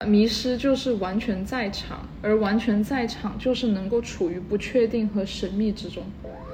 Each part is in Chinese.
迷失就是完全在场，而完全在场就是能够处于不确定和神秘之中。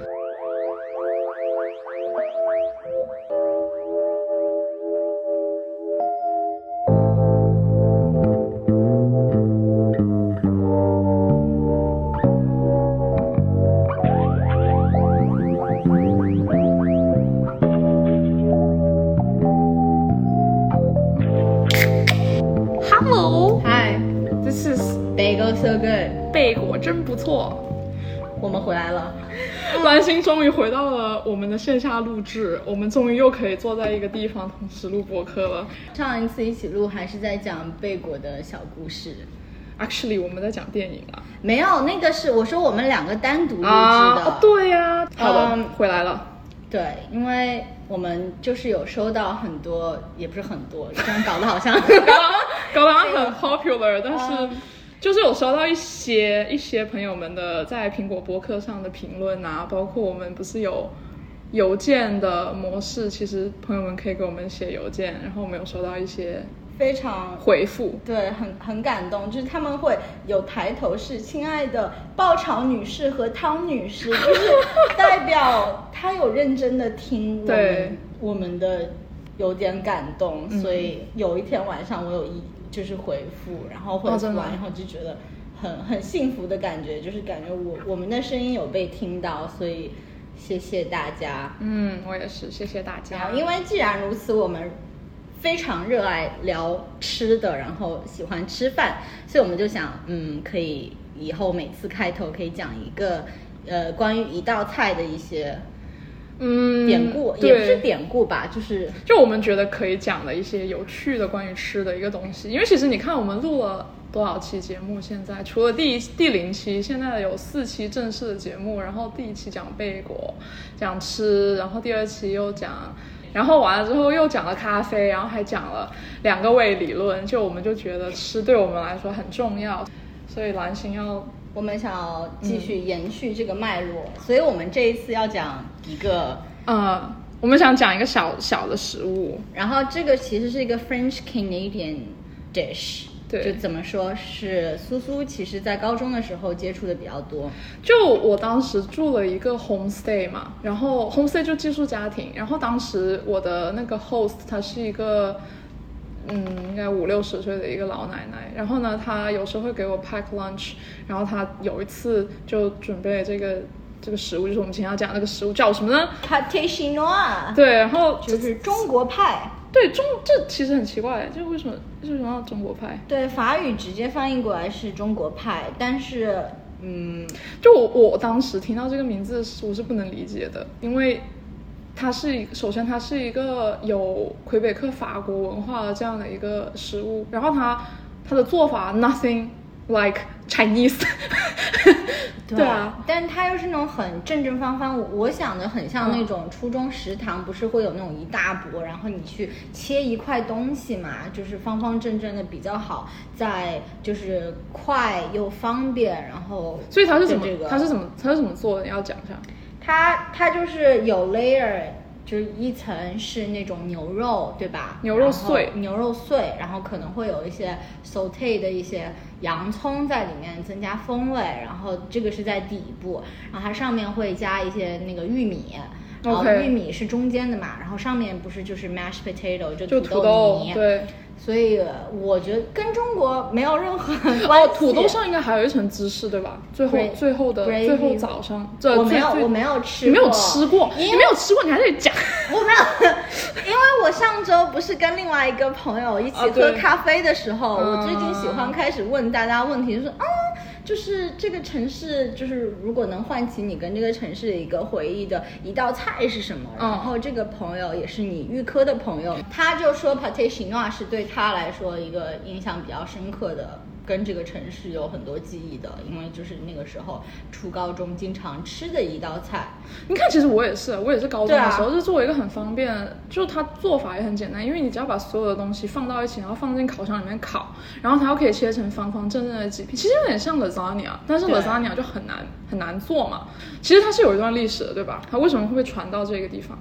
So good， 贝果真不错， 我们回来了。 蓝星终于回到了我们的线下录制，我们终于又可以坐在一个地方同时录播客了。 上一次一起录还是在讲贝果的小故事 ，actually 我们在讲电影啊。 没有，那个是我说我们两个单独录制的。 对呀，好的，回来了。对， 因为我们就是有收到很多，也不是很多，这样搞得好像搞得很 popular， 但是。就是有收到一些朋友们的在苹果播客上的评论啊，包括我们不是有邮件的模式，其实朋友们可以给我们写邮件，然后我们有收到一些非常回复， 对，很感动，就是他们会有抬头是亲爱的爆炒女士和汤女士，就是代表他有认真的听我们的，有点感动，所以有一天晚上我有就是回复，然后回复完以后就觉得很幸福的感觉，就是感觉我们的声音有被听到，所以谢谢大家。 我也是，谢谢大家。 因为既然如此，我们非常热爱聊吃的，然后喜欢吃饭，所以我们就想，可以以后每次开头可以讲一个关于一道菜的一些。典故也不是典故吧，就我们觉得可以讲的一些有趣的关于吃的一个东西。因为其实你看我们录了多少期节目，现在除了第0期，现在有4期正式的节目，然后第1期讲贝果讲吃，然后第2期又讲，然后完了之后又讲了咖啡，然后还讲了2个胃理论，就我们就觉得吃对我们来说很重要，所以蓝星我们想要继续延续这个脉络，所以我们这一次要讲一个我们想讲一个小的食物， 然后这个其实是一个 French Canadian dish， 对， 就怎么说是苏其实在高中的时候接触的比较多。 就我当时住了一个 homestay 嘛，然后 homestay 就寄宿家庭，然后当时我的那个 host 他是一个应该50-60岁的一个老奶奶，然后呢她有时候会给我 pack lunch， 然后她有一次就准备这个食物，就是我们今天要讲那个食物叫什么呢？ pâté chinois。 对，然后就是中国派。 对，这其实很奇怪，就为什么要中国派？对， 法语直接翻译过来是中国派，但是就我当时听到这个名字我是不能理解的，因为首先它是一个有魁北克法国文化的这样的一个食物，然后它的做法 nothing like Chinese 对啊， 但它又是那种很正方，我想的很像那种初中食堂不是会有那种一大钵，然后你去切一块东西嘛，就是方正的比较好，在就是快又方便，然后所以它是怎么做的？你要讲一下。 它就是有 layer， 就是一层是那种牛肉，对吧？牛肉碎，然后可能会有一些 saute 的一些洋葱在里面增加风味，然后这个是在底部，然后它上面会加一些那个玉米，然后玉米是中间的嘛，然后上面不是就是 mashed potato 就土豆泥， 对。 所以我觉得跟中国没有任何关系。 土豆上应该还有一一层芝士，对吧？最后早上， 我没有吃过。 你没有吃过？你没有吃过，你还得讲。 我没有，因为我上周不是跟另外一个朋友一起喝咖啡的时候，我最近喜欢开始问大家问题，就是就是这个城市，就是如果能唤起你跟这个城市的一个回忆的一道菜是什么？然后这个朋友也是你预科的朋友，他就说 pâté chinois 是对他来说一个印象比较深刻的，跟这个城市有很多记忆的，因为就是那个时候初高中经常吃的一道菜。 你看，其实我也是高中的时候就做一个很方便，就它做法也很简单，因为你只要把所有的东西放到一起，然后放进烤箱里面烤，然后它又可以切成方正的几片，其实有点像 lasagna， 但是 lasagna 就很难做嘛。其实它是有一段历史的，对吧？它为什么会被传到这个地方？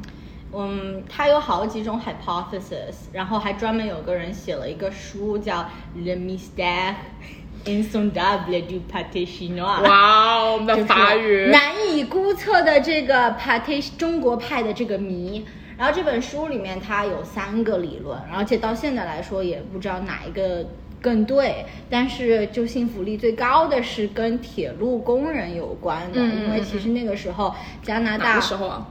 它有好几种 hypothesis， 然后还专门有个人写了一个书叫 Le Mystère Insondable du Pâté Chinois。 哇，我们的法语难以估测的这个 Pâté 中国派的这个谜。然后这本书里面它有3个理论，而且到现在来说也不知道哪一个更对，但是就信服力最高的是跟铁路工人有关的，因为其实那个时候加拿大哪个时候啊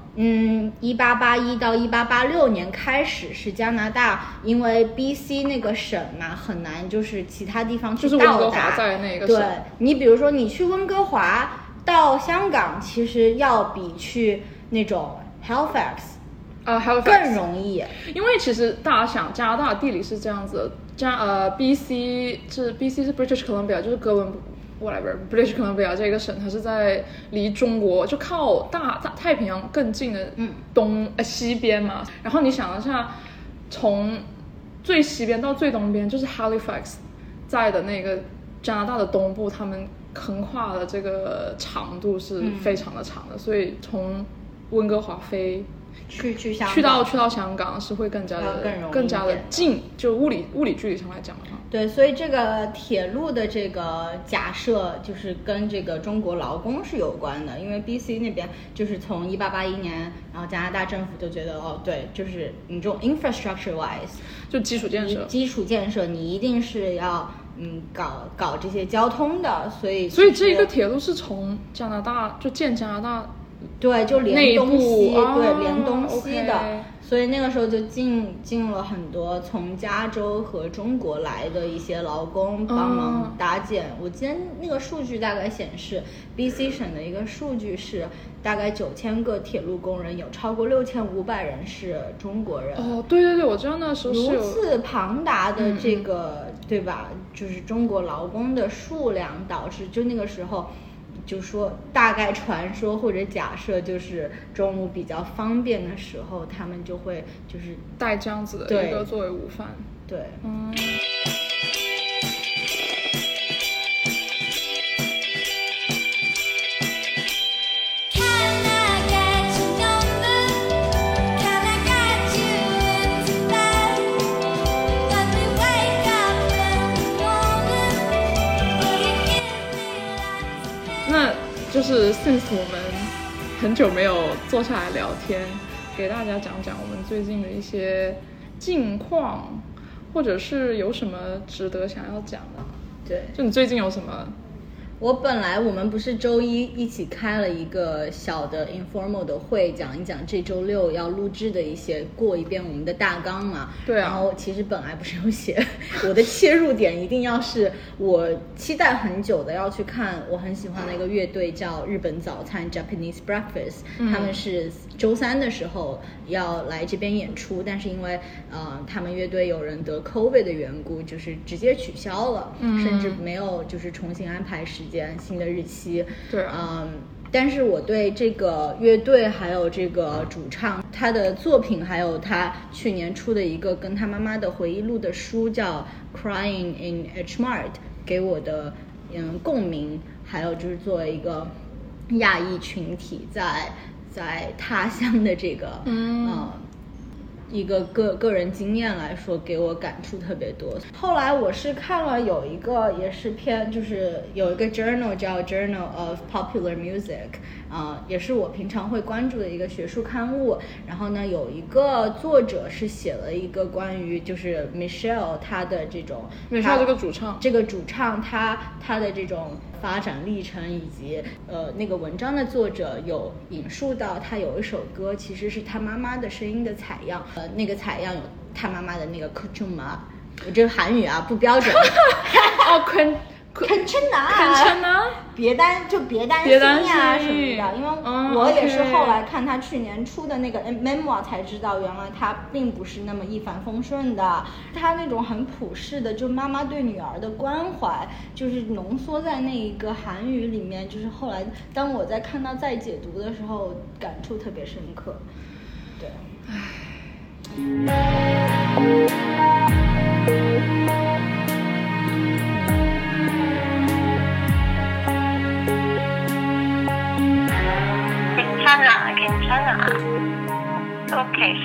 ？1881到1886年开始是加拿大，因为 BC 那个省嘛很难，就是其他地方去到达。 就是温哥华在那个省。 对，你比如说你去温哥华到香港，其实要比去那种 Halifax 更容易， 因为其实大家想加拿大的地理是这样子的，BC 是 British Columbia， 就是哥伦布 British Columbia 这个省，它是在离中国就靠大太平洋更近的西边嘛。然后你想一下，从最西边到最东边就是 Halifax 在的那个加拿大的东部，他们横跨的这个长度是非常的长的，所以从温哥华飞去到香港是会更加的近，就物理距离上来讲的话。 对，所以这个铁路的这个假设就是跟这个中国劳工是有关的，因为 BC 那边就是从1881年，然后加拿大政府就觉得对，就是你这种 infrastructure wise 就基础建设你一定是要搞这些交通的，所以这个铁路是从加拿大就建加拿大。 对，就连东西，对，连东西的， okay。 所以那个时候就进了很多从加州和中国来的一些劳工帮忙搭建。我今天那个数据大概显示 BC 省的一个数据是大概9000个铁路工人，有超过6500人是中国人。 对，我知道那时候是有如此庞大的这个对吧，就是中国劳工的数量，导致就那个时候就说大概传说或者假设，就是中午比较方便的时候，他们就会就是带这样子的一个作为午饭。 对， 就是 since 我们很久没有坐下来聊天，给大家讲讲我们最近的一些近况，或者是有什么值得想要讲的。 对， 就你最近有什么？ 我们不是周一一起开了一个小的 informal 的会，讲一讲这周6要录制的过一遍我们的大纲嘛。 对啊。 然后其实本来不是有写，我的切入点一定要是我期待很久的要去看我很喜欢的一个乐队叫日本早餐 Japanese Breakfast，他们是周3的时候要来这边演出，但是因为他们乐队有人得 COVID 的缘故，就是直接取消了，甚至没有就是重新安排新的日期。 对， 但是我对这个乐队还有这个主唱他的作品，还有他去年出的一个跟他妈妈的回忆录的书叫 Crying in H Mart 给我的共鸣，还有就是作为一个亚裔群体在他乡的这个一个个人经验来说，给我感触特别多。后来我是看了有一个也是偏，就是有一个 journal 叫 Journal of Popular Music， 也是我平常会关注的一个学术刊物。然后呢，有一个作者是写了一个关于就是 Michelle 他的这种 Michelle 这个主唱他的这种发展历程，以及那个文章的作者有引述到他有一首歌其实是他妈妈的声音的采样，那个采样有他妈妈的那个 kuchuma， 我这个韩语啊不标准 Kuchuna， 别担心呀什么的，因为我也是后来看他去年出的那个 memoir 才知道，原来他并不是那么一帆风顺的，他那种很普世的就妈妈对女儿的关怀，就是浓缩在那一个韩语里面，就是后来当我在看到再解读的时候，感触特别深刻。对， 괜찮아. Okay,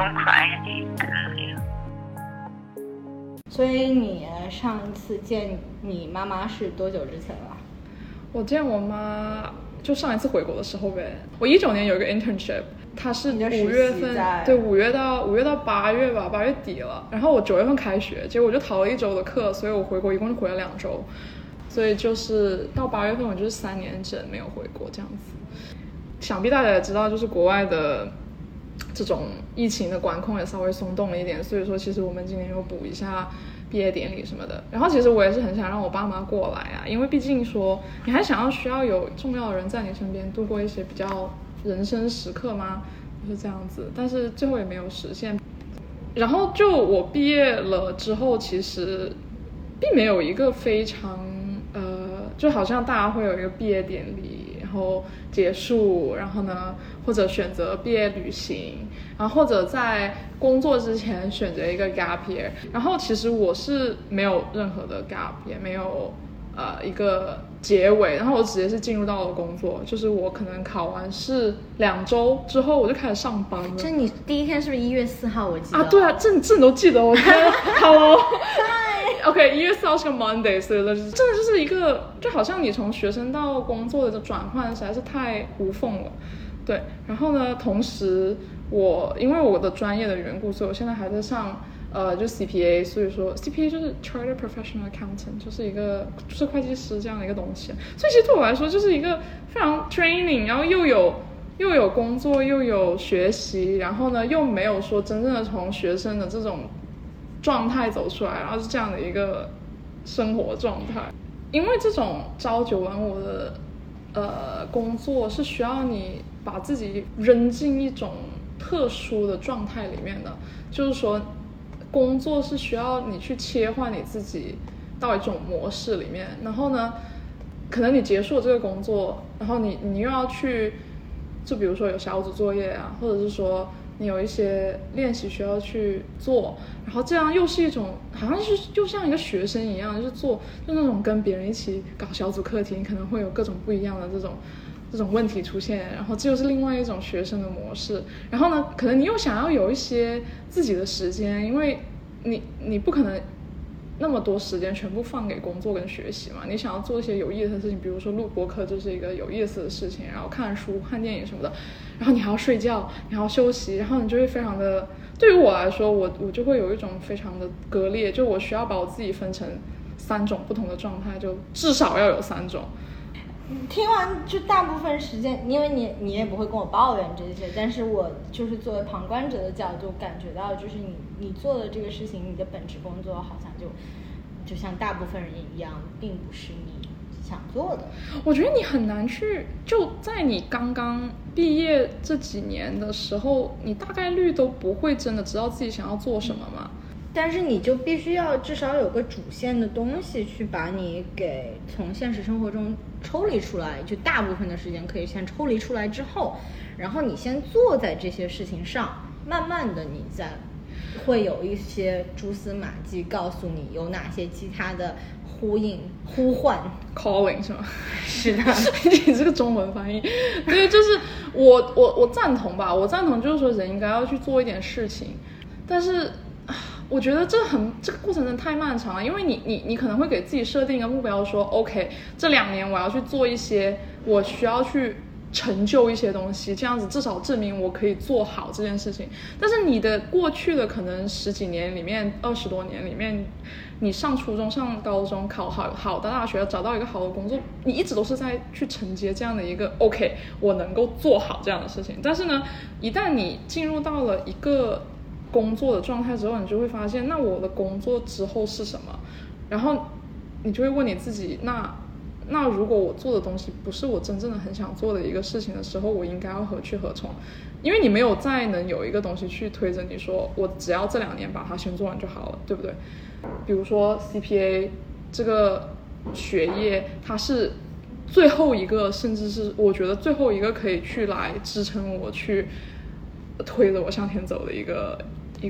快一点。 所以你上一次见你妈妈是多久之前了？ 我见我妈就上一次回国的时候呗。我19年有一个 internship， 它是5月份，对，5月到8月吧，8月底了。然后我9月份开学，结果我就逃了1周的课，所以我回国一共就回了2周。所以就是到8月份，我就是3年整没有回国这样子。想必大家也知道，就是国外的这种疫情的管控也稍微松动了一点，所以说其实我们今年又补一下毕业典礼什么的。然后其实我也是很想让我爸妈过来啊，因为毕竟说你还需要有重要的人在你身边度过一些比较人生时刻吗？就是这样子，但是最后也没有实现。然后就我毕业了之后，其实并没有一个非常就好像大家会有一个毕业典礼，然后结束，然后呢或者选择毕业旅行，然后或者在工作之前选择一个 gap year。然后其实我是没有任何的 gap， 也没有一个结尾，然后我直接是进入到了工作，就是我可能考完试2周之后我就开始上班了。 这你第一天是不是1月4号？我记得对啊，这你都记得，我天，好哦。OK， 1月4号是个 Monday， 所以真的就是一个，就好像你从学生到工作的这转换实在是太无缝了。对，然后呢，同时因为我的专业的缘故，所以我现在还在上就 CPA， 所以说 CPA 就是 Chartered Professional Accountant， 就是会计师这样的一个东西。所以其实对我来说就是一个非常 training， 然后又有工作又有学习，然后呢又没有说真正的从学生的这种状态走出来，然后是这样的一个生活状态。因为这种朝9晚5的工作是需要你把自己扔进一种特殊的状态里面的，就是说工作是需要你去切换你自己到一种模式里面，然后呢可能你结束了这个工作，然后你又要去，就比如说有小组作业啊，或者是说你有一些练习需要去做，然后这样又是一种好像是就像一个学生一样，就是就那种跟别人一起搞小组课题，你可能会有各种不一样的这种问题出现，然后这又是另外一种学生的模式。然后呢可能你又想要有一些自己的时间，因为你不可能那么多时间全部放给工作跟学习嘛，你想要做一些有意思的事情，比如说录播客就是一个有意思的事情，然后看书看电影什么的，然后你还要睡觉，你还要休息，然后你就会非常的，对于我来说我就会有一种非常的割裂，就我需要把我自己分成3种不同的状态，就至少要有3种。 听完就大部分时间，因为你也不会跟我抱怨这些，但是我就是作为旁观者的角度感觉到，就是你做的这个事情，你的本职工作好像就像大部分人一样，并不是你想做的。 我觉得你很难去，就在你刚刚毕业这几年的时候，你大概率都不会真的知道自己想要做什么嘛。 但是你就必须要至少有个主线的东西去把你给从现实生活中抽离出来，就大部分的时间可以先抽离出来之后，然后你先做在这些事情上，慢慢的你再会有一些蛛丝马迹告诉你有哪些其他的呼唤 calling 是吗？ 是的。 你这个中文翻译，对，就是我赞同吧，我赞同就是说人应该要去做一点事情，但是我觉得这个过程真的太漫长了，因为你可能会给自己设定一个目标，说 OK 这2年我要去做一些我需要去成就一些东西，这样子至少证明我可以做好这件事情。但是你的过去的可能10几年里面，20多年里面，你上初中上高中考好的大学，找到一个好的工作，你一直都是在去承接这样的一个 OK 我能够做好这样的事情。但是呢一旦你进入到了一个工作的状态之后，你就会发现那我的工作之后是什么，然后你就会问你自己，那如果我做的东西不是我真正的很想做的一个事情的时候，我应该要何去何从？因为你没有再能有一个东西去推着你说我只要这2年把它先做完就好了，对不对？比如说 CPA 这个学业，它是最后一个，甚至是我觉得最后一个可以去来支撑我去推着我向前走的一个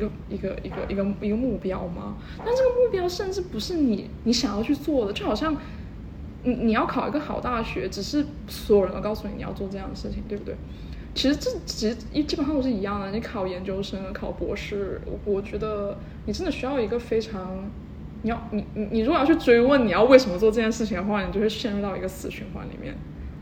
目标吗？但这个目标甚至不是你想要去做的，就好像你要考一个好大学，只是所有人都告诉你要做这样的事情，对不对？ 其实基本上都是一样的。你考研究生、考博士，我觉得你真的需要一个非常，你如果要去追问你要为什么做这件事情的话，你就会陷入到一个死循环里面。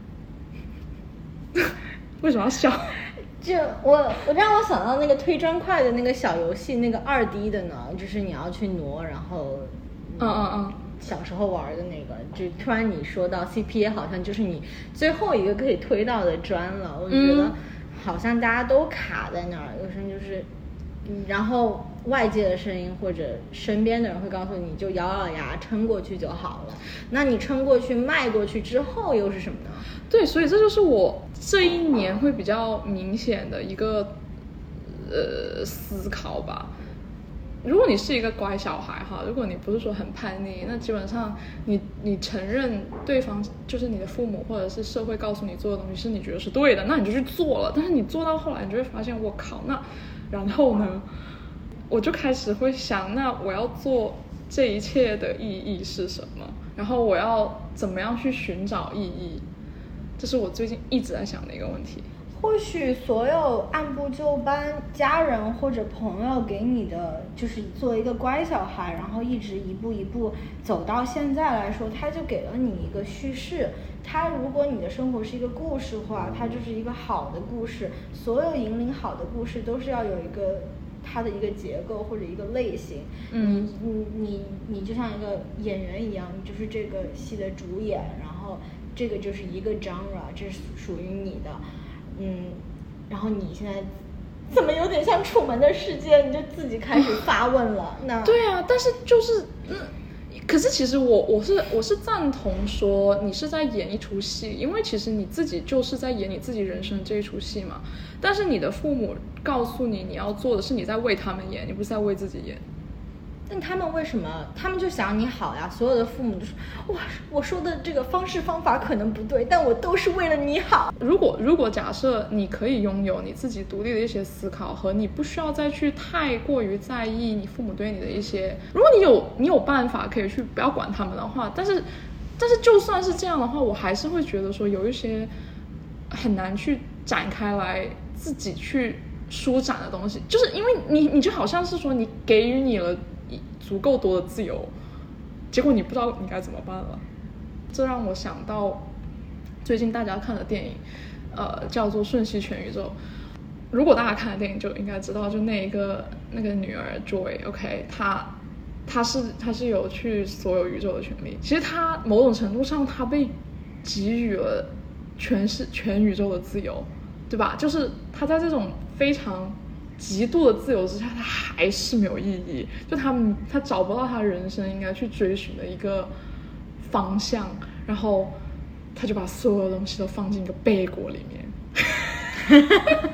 为什么要笑？ 就我让我想到那个推砖块的那个小游戏，那个2D 的呢，就是你要去挪，然后小时候玩的那个，就突然你说到 CPA 好像就是你最后一个可以推到的砖了，我觉得好像大家都卡在那儿，有时候就是，然后外界的声音或者身边的人会告诉你，就咬咬牙撑过去就好了。那你撑过去、迈过去之后又是什么呢？ 对，所以这就是我这一年会比较明显的一个思考吧。如果你是一个乖小孩哈，如果你不是说很叛逆，那基本上你承认对方就是你的父母或者是社会告诉你做的东西是你觉得是对的，那你就去做了。但是你做到后来，你就会发现，我靠，那然后呢？我就开始会想，那我要做这一切的意义是什么？然后我要怎么样去寻找意义？这是我最近一直在想的一个问题。 或许所有按部就班，家人或者朋友给你的，就是做一个乖小孩，然后一直一步一步走到现在来说，他就给了你一个叙事。他如果你的生活是一个故事化，它就是一个好的故事。所有引领好的故事都是要有一个它的一个结构或者一个类型。你就像一个演员一样，你就是这个戏的主演，然后这个就是一个 genre， 这是属于你的。然后你现在怎么有点像楚门的世界，你就自己开始发问了。那对啊，但是就是可是其实我是赞同说你是在演一出戏，因为其实你自己就是在演你自己人生这一出戏嘛。但是你的父母告诉你要做的是你在为他们演，你不是在为自己演。 但他们为什么？他们就想你好呀。所有的父母都说，哇，我说的这个方式方法可能不对，但我都是为了你好。 如果假设你可以拥有你自己独立的一些思考，和你不需要再去太过于在意你父母对你的一些，如果你有办法可以去不要管他们的话，但是就算是这样的话，我还是会觉得说有一些很难去展开来自己去舒展的东西，就是因为你就好像是说你给予你了足够多的自由，结果你不知道你该怎么办了。这让我想到最近大家看的电影，叫做《瞬息全宇宙》。如果大家看的电影就应该知道，就那个女儿 Joy，OK， 她是有去所有宇宙的权利。其实她某种程度上她被给予了全宇宙的自由，对吧？就是她在这种非常极度的自由之下，他还是没有意义，就他找不到他人生应该去追寻的一个方向，然后他就把所有的东西都放进一个贝果里面。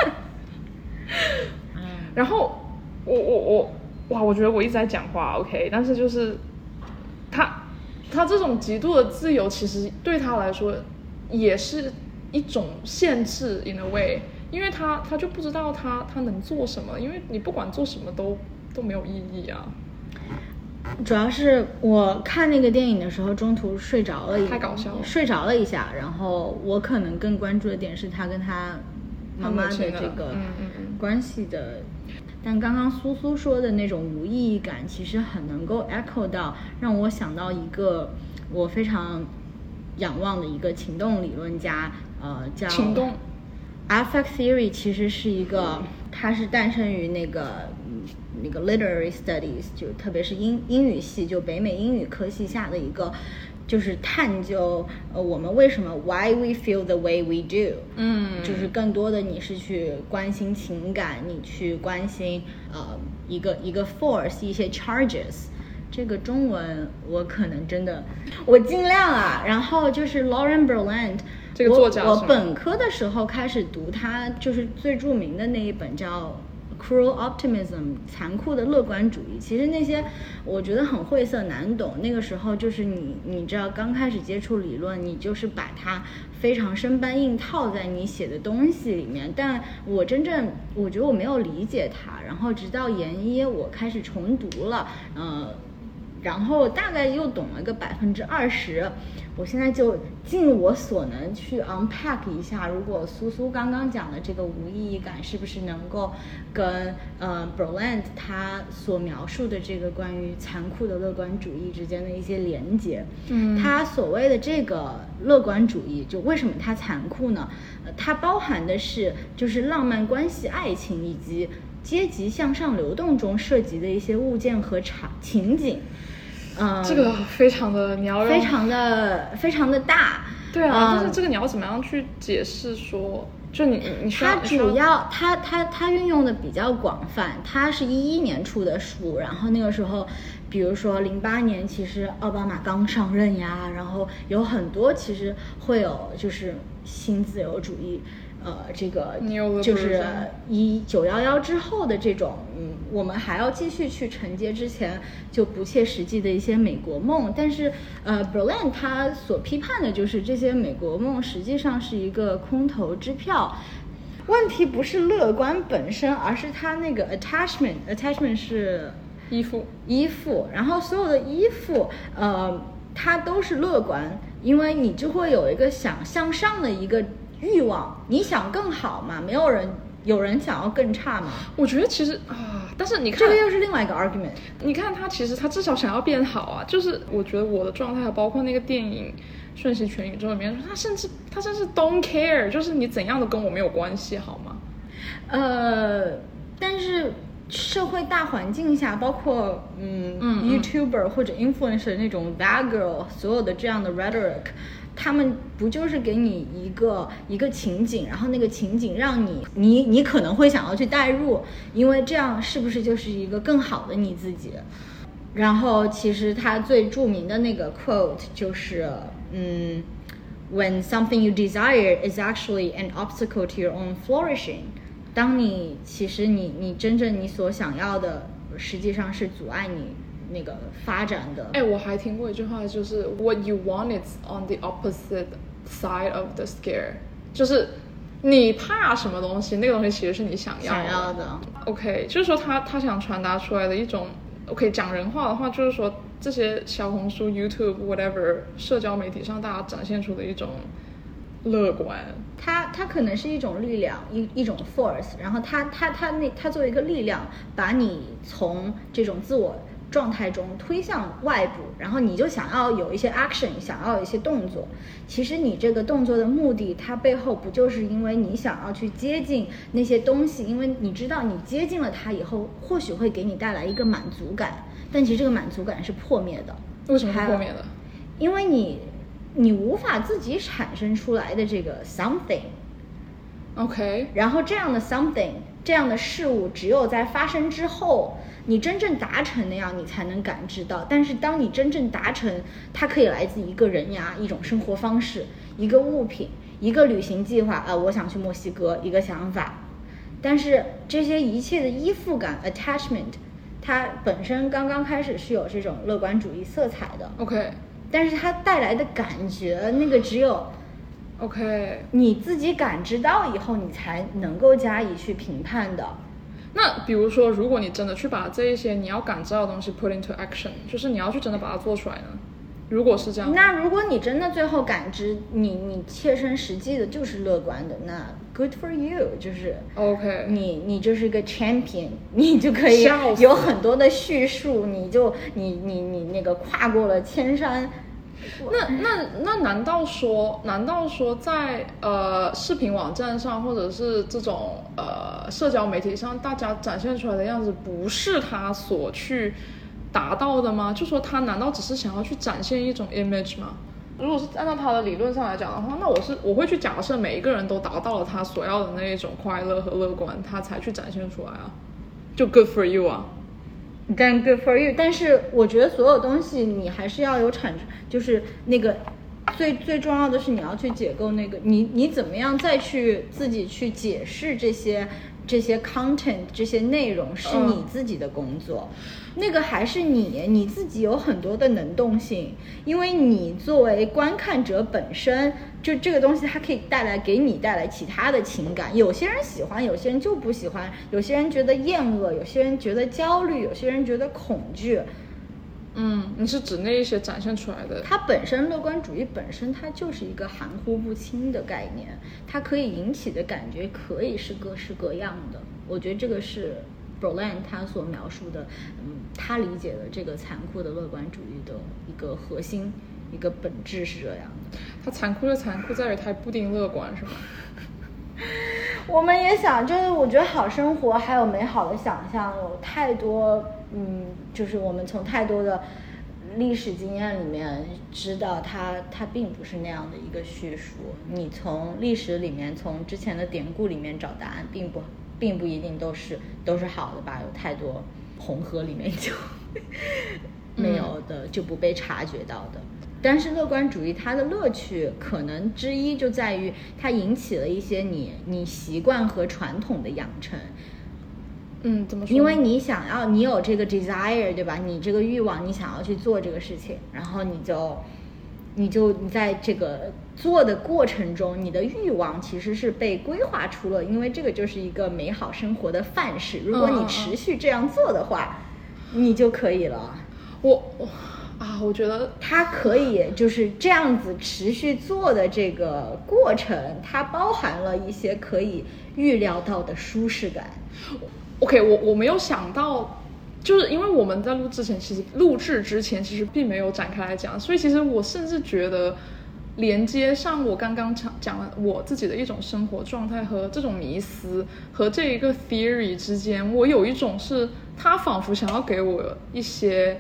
然后我觉得我一直在讲话 OK， 但是就是他这种极度的自由其实对他来说也是一种限制 in a way，因为他就不知道他能做什么，因为你不管做什么都没有意义啊。 主要是我看那个电影的时候中途睡着了， 太搞笑了， 睡着了一下，然后我可能更关注的点是他跟他妈妈的这个关系的。但刚刚苏苏说的那种无意义感其实很能够 echo 到，让我想到一个我非常仰望的一个情动理论家，叫情动 Affect Theory。 其实是一个，它是诞生于那个 literary studies， 就特别是英语系，就北美英语科系下的一个，就是探究我们为什么 why we feel the way we do， 就是更多的你是去关心情感，你去关心一个 force， 一些 charges。这个中文我可能真的我尽量啊。然后就是 Lauren Berlant， 这个作家我本科的时候开始读他就是最著名的那一本叫 Cruel Optimism， 残酷的乐观主义。其实那些我觉得很晦涩难懂，那个时候就是你知道刚开始接触理论，你就是把它非常生搬硬套在你写的东西里面，但我觉得我没有理解它，然后直到研一我开始重读了然后大概又懂了个20%。我现在就尽我所能去 unpack 一下，如果苏苏刚刚讲的这个无意义感是不是能够跟Berlant 他所描述的这个关于残酷的乐观主义之间的一些连接。他所谓的这个乐观主义，就为什么它残酷呢？它包含的是就是浪漫关系、爱情以及阶级向上流动中涉及的一些物件和情景。 这个非常的你要非常的大。 对啊，但是这个你要怎么样去解释说，就你它主要它运用的比较广泛。它是2011年出的书，然后那个时候比如说2008年其实奥巴马刚上任呀，然后有很多其实会有就是新自由主义这个就是911之后的这种我们还要继续去承接之前就不切实际的一些美国梦。但是Berlant 他所批判的就是这些美国梦实际上是一个空头支票。问题不是乐观本身，而是他那个 attachment 是依附， 然后所有的依附它都是乐观，因为你就会有一个想向上的一个欲望，你想更好嘛？有人想要更差吗？ 我觉得其实但是你看这个又是另外一个 argument。 你看他其实他至少想要变好啊，就是我觉得我的状态包括那个电影《瞬息全宇宙》里面，他甚至 don't care， 就是你怎样都跟我没有关系，好吗？ 但是社会大环境下，包括YouTuber 或者 influencer 那种 bad girl， 所有的这样的 rhetoric。他们不就是给你一个情景，然后那个情景让你可能会想要去代入，因为这样是不是就是一个更好的你自己？然后其实他最著名的那个 quote 就是When something you desire is actually an obstacle to your own flourishing， 当你其实你真正你所想要的实际上是阻碍你那个发展的。 我还听过一句话，就是 What you want is on the opposite side of the scare， 就是你怕什么东西，那个东西其实是你想要的。OK， 就是说他想传达出来的一种 OK 讲人话的话，就是说这些小红书、YouTube whatever 社交媒体上大家展现出的一种乐观， 它可能是一种力量，一种 force， 然后它作为一个力量，把你从这种自我状态中推向外部，然后你就想要有一些 action， 想要有一些动作。其实你这个动作的目的，它背后不就是因为你想要去接近那些东西，因为你知道你接近了它以后，或许会给你带来一个满足感，但其实这个满足感是破灭的。 为什么是破灭的？ 因为你无法自己产生出来的这个 something。OK， 然后这样的 something， 这样的事物，只有在发生之后，你真正达成那样，你才能感知到。但是当你真正达成，它可以来自一个人呀，一种生活方式，一个物品，一个旅行计划。我想去墨西哥，一个想法。但是这些一切的依附感 attachment， 它本身刚刚开始是有这种乐观主义色彩的。 OK， 但是它带来的感觉，那个只有 OK 你自己感知到以后，你才能够加以去评判的。 那比如说，如果你真的去把这一些你要感知到的东西 put into action， 就是你要去真的把它做出来呢？如果是这样， 那如果你真的最后感知你切身实际的就是乐观的，那 good for you， 就是 OK， 你就是个 champion， 你就可以有很多的叙述，你那个跨过了千山。 那难道说在视频网站上或者是这种社交媒体上，大家展现出来的样子不是他所去达到的吗？就说他难道只是想要去展现一种 image 吗？如果是按照他的理论上来讲的话，那我会去假设每一个人都达到了他所要的那一种快乐和乐观，他才去展现出来啊，就 good for you 啊。 但 good for you， 但是我觉得所有东西你还是要有就是那个最重要的是你要去解构那个你怎么样再去自己去解释这些 content 这些内容是你自己的工作，那个还是你自己有很多的能动性，因为你作为观看者本身，就这个东西它可以给你带来其他的情感，有些人喜欢，有些人就不喜欢，有些人觉得厌恶，有些人觉得焦虑，有些人觉得恐惧， 你是指那一些展现出来的？ 它本身乐观主义本身它就是一个含糊不清的概念，它可以引起的感觉可以是各式各样的。我觉得这个是 Berlin 他所描述的，他理解的这个残酷的乐观主义的一个核心，一个本质是这样的。 它残酷在于它不一定乐观，是吗？ 我们也想，就是我觉得好生活还有美好的想象有太多，就是我们从太多的历史经验里面知道它并不是那样的一个叙述。你从历史里面，从之前的典故里面找答案，并不一定都是好的吧？有太多红河里面就没有的，就不被察觉到的。但是乐观主义它的乐趣可能之一就在于它引起了一些你习惯和传统的养成。 怎么说？ 因为你有这个 desire， 对吧？你这个欲望，你想要去做这个事情，然后你在这个做的过程中，你的欲望其实是被规划出了，因为这个就是一个美好生活的范式。如果你持续这样做的话，你就可以了。 我觉得它可以就是这样子持续做的这个过程，它包含了一些可以预料到的舒适感。 OK， 我没有想到，就是因为我们在录制之前其实并没有展开来讲，所以其实我甚至觉得连接上我刚刚讲了我自己的一种生活状态和这种迷思和这一个 theory 之间，我有一种是他仿佛想要给我一些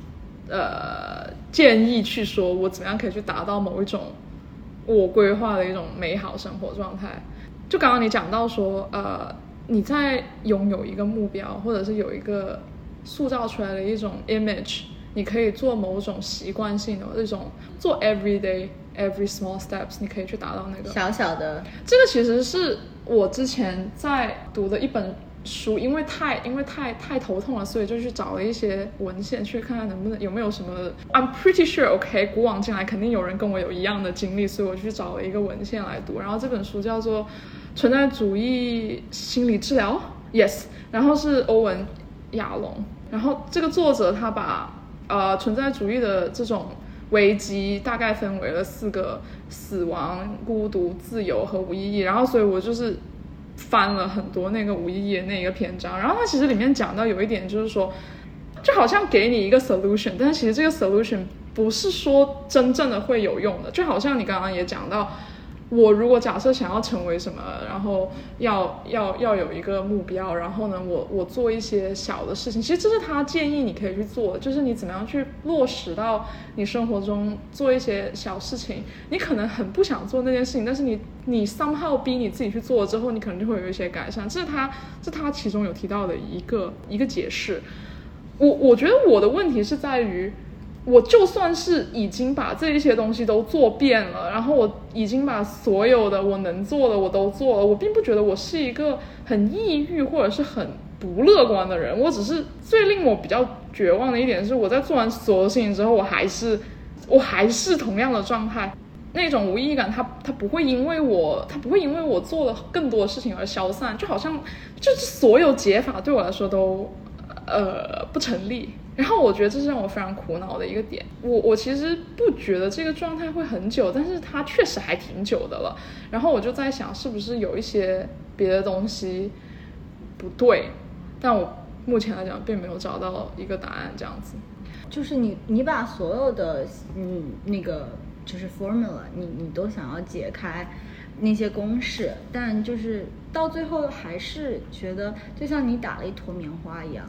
建议，去说我怎么样可以去达到某一种我规划的一种美好生活状态。就刚刚你讲到说你在拥有一个目标，或者是有一个塑造出来的一种 image， 你可以做某种习惯性的这种做 every small steps， 你可以去达到那个小小的。 这个其实是我之前在读的一本书，因为太头痛了，所以就去找了一些文献去看看有没有什么 I'm pretty sure OK， 古往今来肯定有人跟我有一样的经历，所以我去找了一个文献来读。然后这本书叫做存在主义心理治疗 Yes， 然后是欧文亚龙。然后这个作者他把存在主义的这种危机大概分为了4个：死亡、孤独、自由和无意义。然后所以我就是翻了很多那个无意义的那一个篇章，然后它其实里面讲到有一点就是说，就好像给你一个 solution， 但是其实这个 solution 不是说真正的会有用的。就好像你刚刚也讲到，我如果假设想要成为什么，然后要有一个目标，然后呢我做一些小的事情，其实这是他建议你可以去做的，就是你怎么样去落实到你生活中做一些小事情。你可能很不想做那件事情，但是你 somehow 逼你自己去做了之后，你可能就会有一些改善。这是他其中有提到的一个解释。我觉得我的问题是在于，我就算是已经把这一些东西都做遍了，然后我已经把所有的我能做的我都做了，我并不觉得我是一个很抑郁或者是很不乐观的人。我只是最令我比较绝望的一点是，我在做完所有事情之后，我还是同样的状态。那种无意义感它不会因为我做了更多的事情而消散，就好像就是所有解法对我来说都不成立。然后我觉得这是让我非常苦恼的一个点。我其实不觉得这个状态会很久，但是它确实还挺久的了。然后我就在想，是不是有一些别的东西不对，但我目前来讲并没有找到一个答案。这样子就是你把所有的那个就是 formula 你都想要解开那些公式，但就是到最后还是觉得就像你打了一坨棉花一样。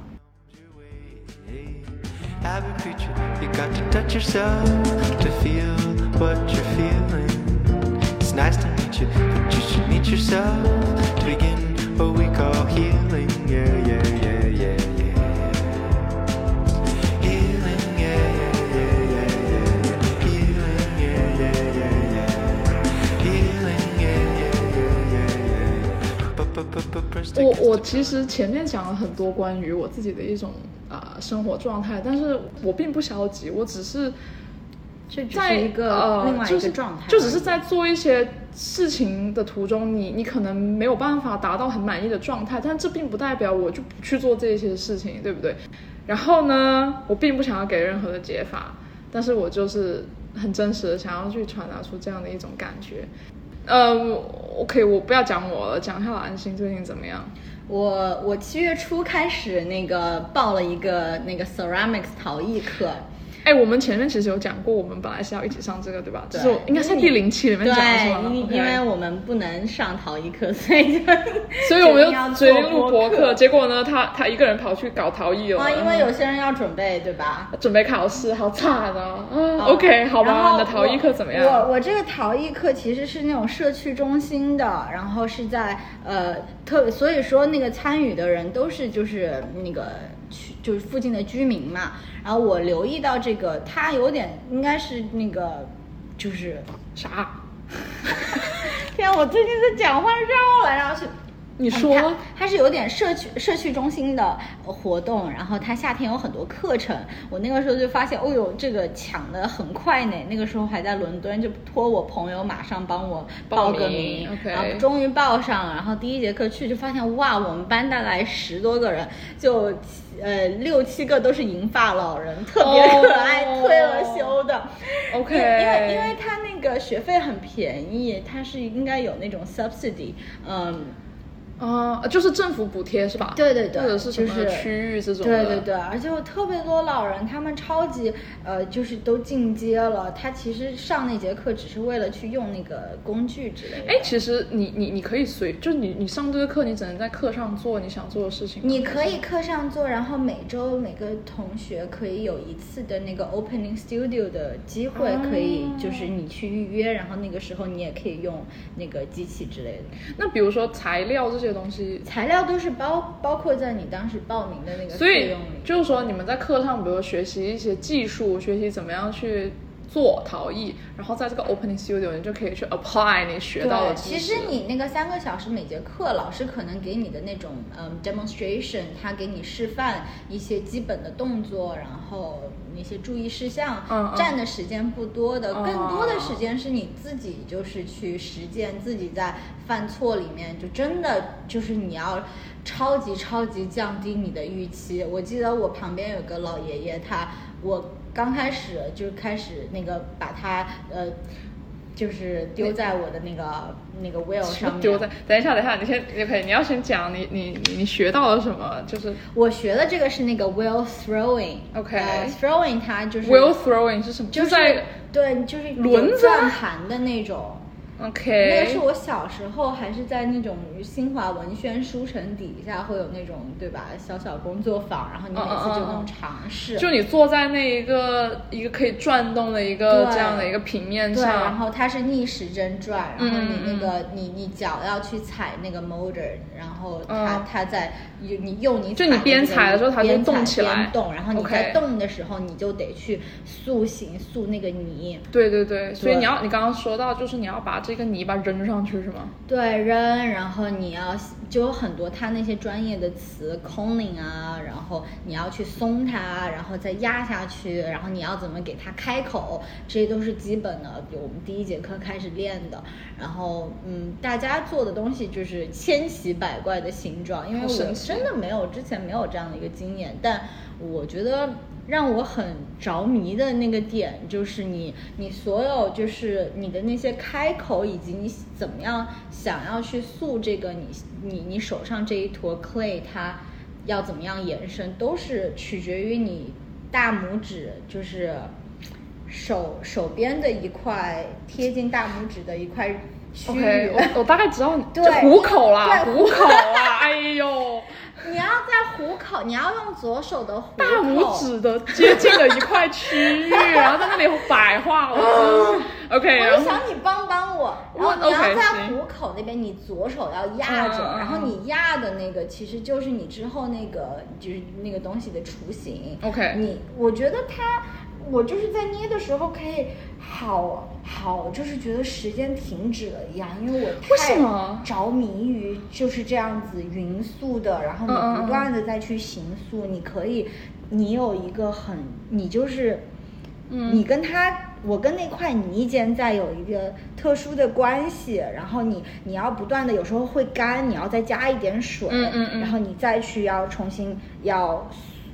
I'm a creature, you got to touch yourself to feel what you're feeling. It's nice to meet you, but you should meet yourself to begin what we call healing. Yeah, yeah, yeah, yeah, yeah. Healing, yeah, yeah, yeah, yeah, yeah. Healing, yeah, yeah, yeah, yeah. Healing, yeah, yeah, yeah, yeah, yeah. 我其实前面讲了很多关于我自己的一种生活状态，但是我并不消极，我只是在一个另外一个状态， 就只是在做一些事情的途中，你可能没有办法达到很满意的状态，但这并不代表我就不去做这些事情，对不对？ 然后呢，我并不想要给任何的解法，但是我就是很真实的想要去传达出这样的一种感觉。OK， 我不要讲我了，讲一下安心最近怎么样。 我7月初开始报了一个ceramics 陶艺课。 我们前面其实有讲过，我们本来是要一起上这个，对吧？就是应该是第0期里面讲的是吗？ 对，因为我们不能上陶艺课，所以我们就决定录播客。结果呢，他一个人跑去搞陶艺了。 因为有些人要准备，对吧？ 准备考试，好惨啊！OK， 好吧，你的陶艺课怎么样？ 我这个陶艺课其实是那种社区中心的，然后是在所以说那个参与的人都是就是附近的居民嘛。然后我留意到这个，它有点应该是就是啥？ 天啊，我最近在讲话绕来绕去。 你说它是有点社区中心的活动，然后它夏天有很多课程。我那个时候就发现，这个抢得很快呢。那个时候还在伦敦，就托我朋友马上帮我报个名，然后终于报上了。然后第1节课去就发现，哇，我们班大概10多个人，就6、7个都是银发老人，特别可爱，退了休的。 OK， 因为他那个学费很便宜，他是应该有那种 subsidy， 就是政府补贴是吧？ 对对对， 或者是什么区域这种的。对对对，而且有特别多老人，他们超级就是都进阶了。他其实上那节课只是为了去用那个工具之类的。 其实你可以就是你上这个课，你只能在课上做你想做的事情。 你可以课上做，然后每周每个同学可以有一次的那个 opening studio 的机会，可以就是你去预约，然后那个时候你也可以用那个机器之类的。 那比如说材料这些东西， 材料都是包括在你当时报名的那个费用里。 所以就是说你们在课上比如学习一些技术，学习怎么样去做陶艺，然后在这个 opening studio 你就可以去 apply 你学到的知识。 其实你那个3个小时每节课，老师可能给你的那种demonstration， 他给你示范一些基本的动作，然后那些注意事项，占的时间不多的，更多的时间是你自己就是去实践，自己在犯错里面，就真的就是你要超级降低你的预期。我记得我旁边有个老爷爷，我刚开始把他就是丢在我的那个 wheel 上面。 等一下，你要先讲你学到了什么？就是我学的这个是那个 wheel throwing。OK，throwing 它就是 wheel throwing 是什么？ 就是对，就是轮子转盘的那种。 OK， 那个是我小时候还是在那种新华文轩书城底下会有那种对吧小工作坊，然后你每次就那种尝试， 就你坐在那一个可以转动的一个这样的一个平面上， 对，然后它是逆时针转，然后你脚要去踩那个 motor， 然后它在就你边踩的时候它就动起来， 边动，然后你在动的时候你就得去塑那个泥。 对，所以你刚刚说到就是你要把这个泥巴扔上去是吗？ 对，扔，然后你要就有很多它那些专业的词 coning 啊，然后你要去松它，然后再压下去，然后你要怎么给它开口，这些都是基本的，我们第1节课开始练的。然后大家做的东西就是千奇百怪的形状，因为我真的之前没有这样的一个经验，但我觉得让我很着迷的那个点就是你所有就是你的那些开口，以及你怎么样想要去塑这个你手上这一坨 clay 它要怎么样延伸，都是取决于你大拇指就是手边的一块贴近大拇指的一块区域。 OK， 我大概知道，就虎口啦，虎口啊，哎呦。 你要在虎口，你要用左手的虎口， 大拇指的接近的一块区域，然后在那里摆画。OK， 我就想你帮我，然后你要在虎口那边，你左手要压着，然后你压的那个其实就是你之后就是那个东西的雏形。 OK， 我觉得我就是在捏的时候可以好，就是觉得时间停止了一样，因为我太着迷于就是这样子匀速的，然后你不断的再去形塑，你有一个你就是你跟我跟那块泥间再有一个特殊的关系，然后你要不断的，有时候会干，你要再加一点水，然后你再去要重新要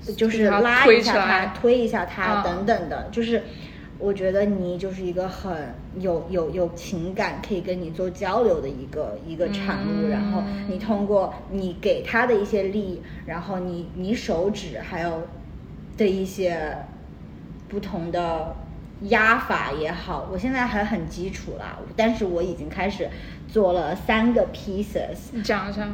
就是拉一下它，推一下嗯它等等的，就是我觉得你就是一个很有情感可以跟你做交流的一个产物，然后你通过你给他的一些力，然后你手指还有的一些不同的压法也好，我现在还很基础啦，但是我已经开始做了3个 pieces。 你讲一下。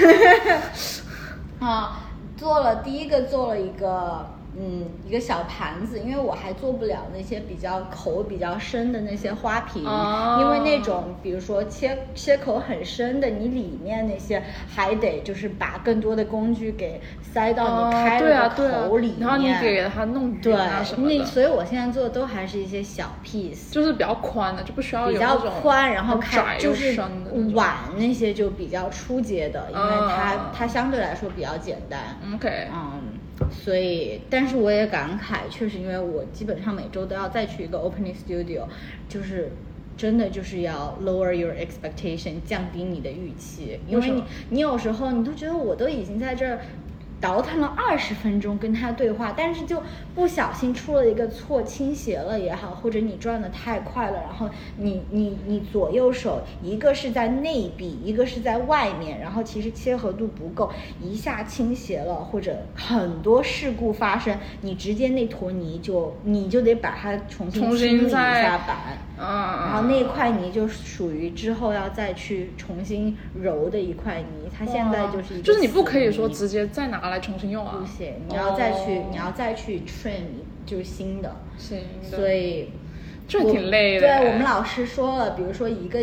第一个做了一个小盘子，因为我还做不了那些口比较深的那些花瓶，因为那种比如说切口很深的，你里面那些还得就是把更多的工具给塞到你开了的口里面， 然后你给它弄圆啊什么的。 所以我现在做的都还是一些小 piece， 就是比较宽的，就不需要有比较宽，然后就是碗那些就比较初阶的，因为它相对来说比较简单。 OK， 所以，但是我也感慨，确实因为我基本上每周都要再去一个 opening studio， 就是真的就是要 lower your expectation， 降低你的预期，因为你有时候你都觉得我都已经在这儿倒腾了20分钟跟他对话，但是就不小心出了一个错，倾斜了也好，或者你转得太快了，然后你左右手一个是在内壁，一个是在外面，然后其实切合度不够，一下倾斜了，或者很多事故发生，你直接那坨泥你就得把它重新清理一下板，然后那块泥就属于之后要再去重新揉的一块泥，它现在就是一个就是你不可以说直接再拿来重新用啊， 不行，你要再去 trim 就是新的，所以这挺累的。 对，我们老师说了，比如说一个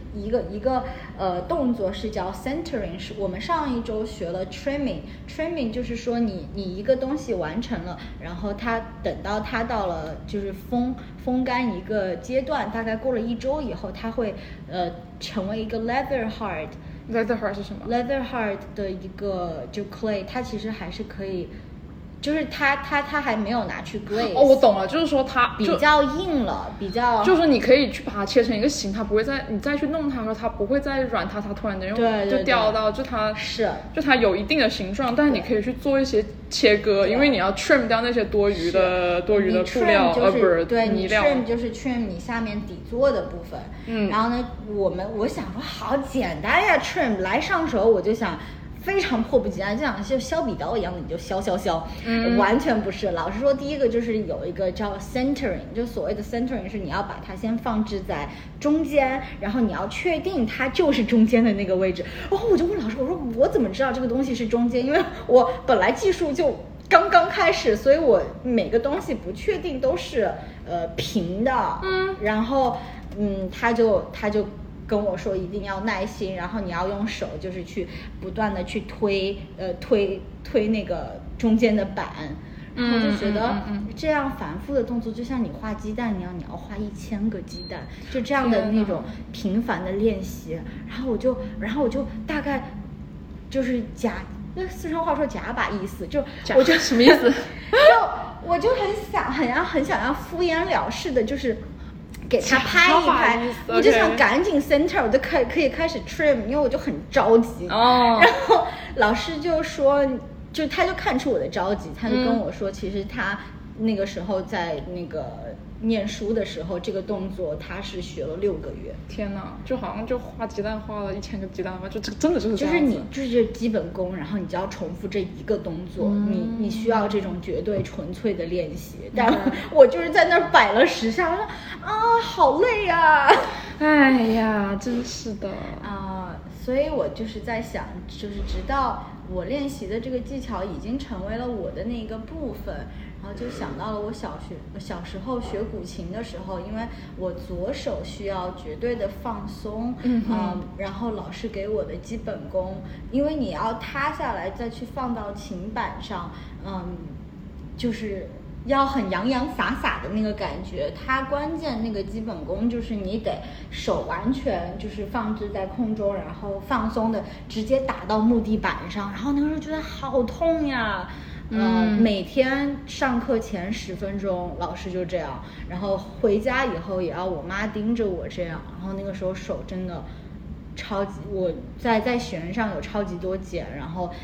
动作是叫 centering， 是我们上一周学了 trimming 就是说你一个东西完成了，然后等到它到了就是风干一个阶段，大概过了1周以后，它会成为一个 leather hard。leather hard 是什么 ？leather hard 的一个就 clay， 它其实还是可以。就是它还没有拿去 glaze。 我懂了，就是说它比较硬了， 就是你可以去把它切成一个形，它不会你再去弄它的时候，它不会再软塌，它突然间就掉到就它有一定的形状，但是你可以去做一些切割，因为你要 trim 掉那些多余的布料， 对，你泥料 trim 就是 trim 你下面底座的部分。然后呢，我想说好简单呀 ，trim 来上手，我就想。非常迫不及待，就像削笔刀一样的，你就削，完全不是。老师说，第一个就是有一个叫 centering， 就所谓的 centering 是你要把它先放置在中间，然后你要确定它就是中间的那个位置。然后我就问老师，我说我怎么知道这个东西是中间？因为我本来技术就刚刚开始，所以我每个东西不确定都是平的。然后他就跟我说一定要耐心，然后你要用手就是去不断的去推那个中间的板，然后我就觉得这样反复的动作就像你画鸡蛋一样，你要画1000个鸡蛋，就这样的那种频繁的练习，然后我就大概就是四川话说夹把意思，就我就什么意思？ 我就很想要敷衍了事的，就是给他拍一拍，我就想赶紧 center， 我就可以开始 trim， 因为我就很着急。然后老师就说，他就看出我的着急，他就跟我说，其实他那个时候在那个念书的时候，这个动作他是学了6个月。 天哪，就好像就画鸡蛋画了1000个鸡蛋吧，就这真的就是这样子。 就是你就是基本功，然后你就要重复这一个动作，你需要这种绝对纯粹的练习。但我就是在那儿摆了10下，我说好累呀！ 哎呀，真是的所以我就是在想，就是直到我练习的这个技巧已经成为了我的那个部分。然后就想到了我小时候学古琴的时候，因为我左手需要绝对的放松，然后老师给我的基本功，因为你要塌下来再去放到琴板上，就是要很洋洋洒洒的那个感觉。它关键那个基本功就是你得手完全就是放置在空中，然后放松的直接打到木地板上，然后那个时候觉得好痛呀。每天上课前10分钟老师就这样，然后回家以后也要我妈盯着我这样，然后那个时候手真的超级，我在弦上有超级多茧，然后打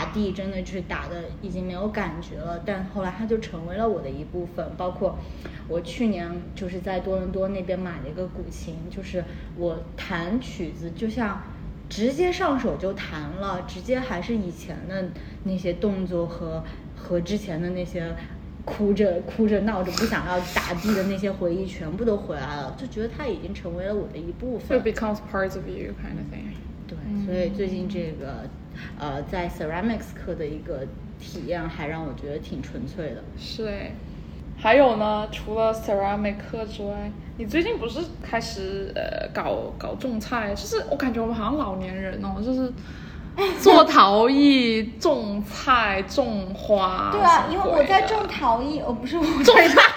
地真的就是打的已经没有感觉了，但后来它就成为了我的一部分。包括我去年就是在多伦多那边买了一个古琴，就是我弹曲子就像直接上手就弹了，直接还是以前的那些动作和之前的那些哭着闹着不想要打地的那些回忆全部都回来了，就觉得它已经成为了我的一部分。 It becomes part of you kind of thing。 对，所以最近这个在 ceramics 课的一个体验还让我觉得挺纯粹的。 是诶。还有呢，除了 ceramic 课之外，你最近不是开始搞种菜？就是我感觉我们好像老年人哦，就是做陶艺、种菜、种花。 对啊，因为我在种陶艺，不是我种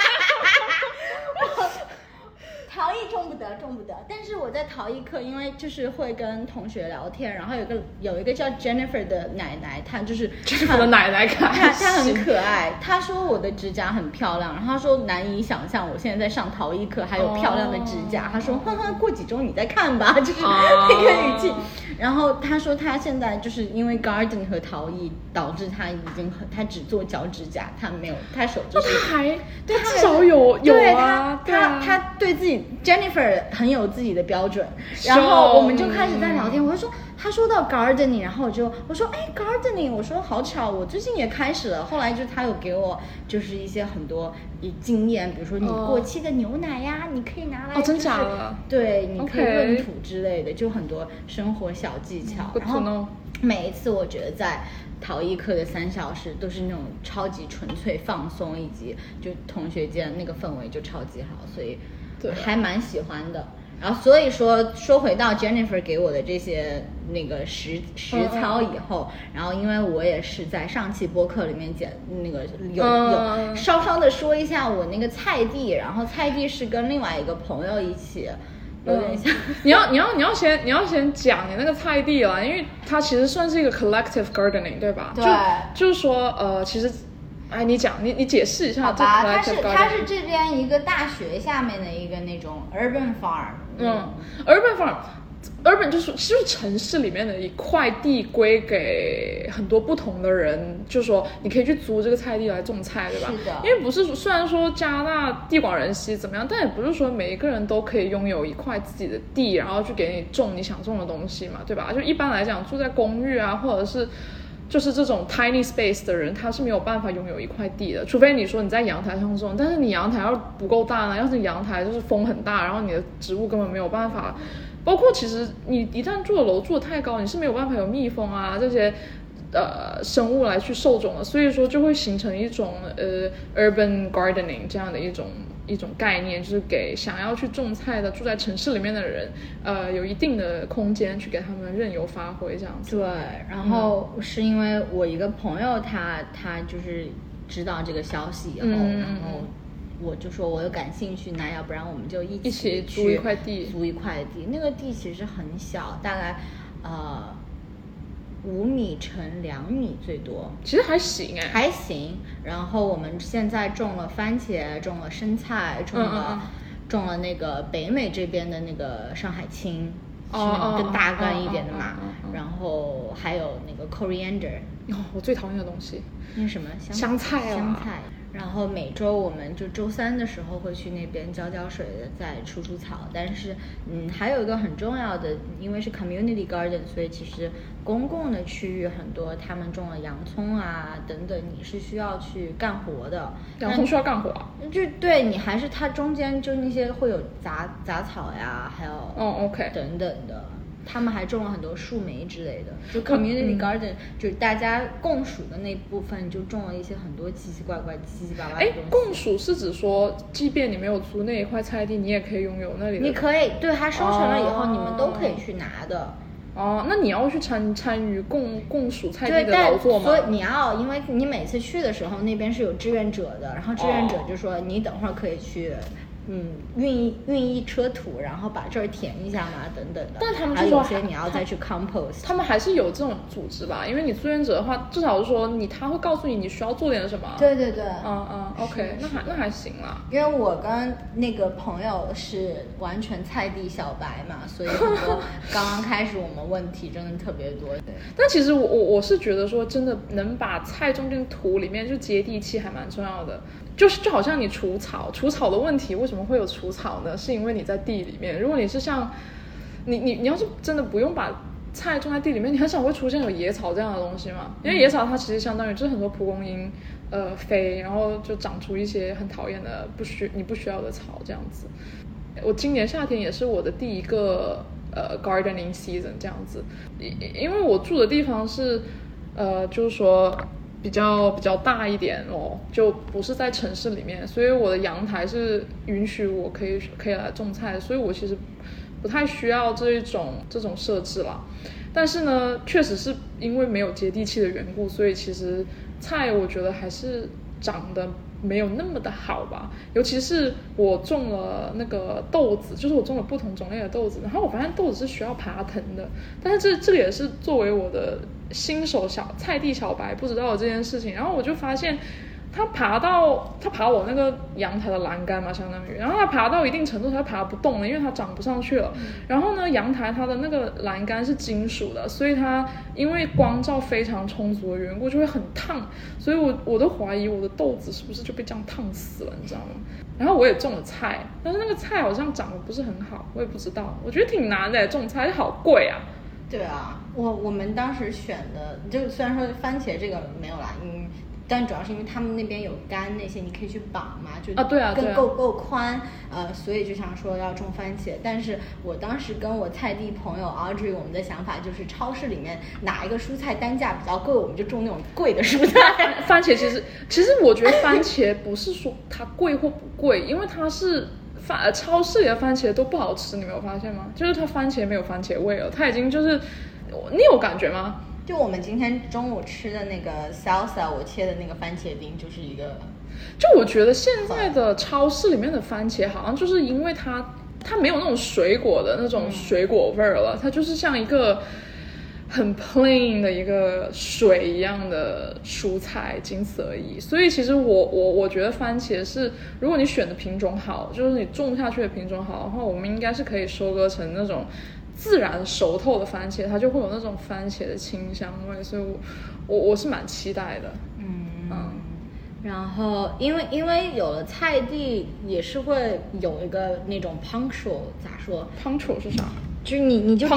陶艺种不得，但是我在陶艺课，因为就是会跟同学聊天，然后有一个叫 Jennifer 的奶奶，她就是 Jennifer 的奶奶可爱， 她很可爱。她说我的指甲很漂亮，然后她说难以想象我现在在上陶艺课还有漂亮的指甲。她说呵呵，过几周你再看吧，就是那个语气。然后她说她现在就是因为 garden 和陶艺导致她她只做脚指甲，她没有，她手就是对，至少有啊， 她对自己 Jennifer 很有自己的标准，然后我们就开始在聊天，我就说他说到 gardening， 然后我说哎 gardening， 我说好巧，我最近也开始了。后来就他有给我就是一些很多经验，比如说你过期的牛奶呀，你可以拿来真假的？ 对，你可以闰土之类的，就很多生活小技巧。然后每一次我觉得在陶艺课的3小时都是那种超级纯粹放松，以及就同学间那个氛围就超级好，所以还蛮喜欢的。然后所以说回到 Jennifer 给我的这些那个实操以后，然后因为我也是在上期播客里面讲那个有稍稍的说一下我那个菜地，然后菜地是跟另外一个朋友一起。有点像， 你要先讲你那个菜地了，因为它其实算是一个 collective gardening， 对吧？ 对， 就是说其实，哎，你讲你解释一下这 collective gardening。 它是这边一个大学下面的一个那种 urban farm。urban farm。urban 就是城市里面的一块地，归给很多不同的人，就是说你可以去租这个菜地来种菜，对吧？ 是的。 因为不是虽然说加拿大地广人稀怎么样，但也不是说每一个人都可以拥有一块自己的地，然后去给你种你想种的东西嘛，对吧？就一般来讲，住在公寓啊，或者是就是这种 tiny space 的人，他是没有办法拥有一块地的，除非你说你在阳台上种，但是你阳台要不够大呢，要是阳台就是风很大，然后你的植物根本没有办法。包括其实你一旦住的楼住的太高，你是没有办法有蜜蜂啊这些生物来去受种的，所以说就会形成一种urban gardening 这样的一种概念，就是给想要去种菜的住在城市里面的人有一定的空间去给他们任由发挥这样子。 对，然后是因为我一个朋友他就是知道这个消息以后，然后我就说我有感兴趣，那要不然我们就一起租一块地。 那个地其实很小，大概5米乘2米最多， 其实还行哎， 还行。然后我们现在种了番茄，种了生菜，种了那个北美这边的那个上海青，是那种更大根一点的嘛。然后还有那个 coriander， 我最讨厌的东西， 那是什么？ 香菜啊， 香菜。然后每周我们就周3的时候会去那边浇水的，再除草。但是还有一个很重要的，因为是 community garden， 所以其实公共的区域很多，他们种了洋葱啊等等，你是需要去干活的。 洋葱需要干活啊？ 就对，你还是它中间就那些会有杂草呀，还有 OK 等等的。他们还种了很多树莓之类的，就 community garden，就是大家共属的那部分，就种了一些很多奇奇怪怪、七七八八的东西。 共属是指说，即便你没有租那一块菜地，你也可以拥有那里的。 你可以，对，它收成了以后，你们都可以去拿的。 那你要去参与共属菜地的劳作吗？ 所以你要，因为你每次去的时候，那边是有志愿者的，然后志愿者就说你等会儿可以去运一车土，然后把这儿填一下嘛，等等的。 但他们还有些你要再去 compost。 他们还是有这种组织吧？因为你志愿者的话，至少是说他会告诉你需要做点什么。 对对对。 OK， 那还行啦。 因为我跟那个朋友是完全菜地小白嘛，所以很多刚刚开始我们问题真的特别多。对。 但其实我是觉得说，真的能把菜种进土里面，就接地气还蛮重要的。就好像你除草的问题，为什么会有除草呢？是因为你在地里面。如果你是像你要是真的不用把菜种在地里面，你很少会出现有野草这样的东西嘛。因为野草它其实相当于就是很多蒲公英飞，然后就长出一些很讨厌的你不需要的草这样子。我今年夏天也是我的第一个gardening season 这样子，因为我住的地方是就是说比较大一点哦，就不是在城市里面，所以我的阳台是允许我可以来种菜，所以我其实不太需要这种设置啦。但是呢，确实是因为没有接地气的缘故，所以其实菜我觉得还是长得没有那么的好吧。尤其是我种了那个豆子，就是我种了不同种类的豆子，然后我发现豆子是需要爬藤的，但是这个也是作为我的新手菜地小白不知道的这件事情。然后我就发现他爬我那个阳台的栏杆嘛，相当于，然后他爬到一定程度他爬不动了，因为他长不上去了。然后呢，阳台它的那个栏杆是金属的，所以它因为光照非常充足的缘故就会很烫，所以我都怀疑我的豆子是不是就被这样烫死了，你知道吗？然后我也种了菜，但是那个菜好像长得不是很好，我也不知道，我觉得挺难的，种菜好贵啊。 对啊，我们当时选的就虽然说番茄这个没有啦，但主要是因为他们那边有杆那些你可以去绑嘛，就更够宽，所以就想说要种番茄。但是我当时跟我菜地朋友 Audrey 我们的想法就是超市里面哪一个蔬菜单价比较贵，我们就种那种贵的蔬菜。 番茄其实我觉得番茄不是说它贵或不贵，因为它是超市里的番茄都不好吃，你没有发现吗？就是它番茄没有番茄味了，它已经就是你有感觉吗？ 就我们今天中午吃的那个 salsa， 我切的那个番茄丁就是一个。 就我觉得现在的超市里面的番茄好像就是因为它没有那种水果的那种水果味儿了，它就是像一个很 plain 的一个水一样的蔬菜，仅此而已。所以其实我觉得番茄是，如果你选的品种好，就是你种下去的品种好的话，我们应该是可以收割成那种自然熟透的番茄，它就会有那种番茄的清香味，所以我是蛮期待的。 然后因为有了菜地，也是会有一个那种 punctual， 咋说 punctual 是啥？ 就是你就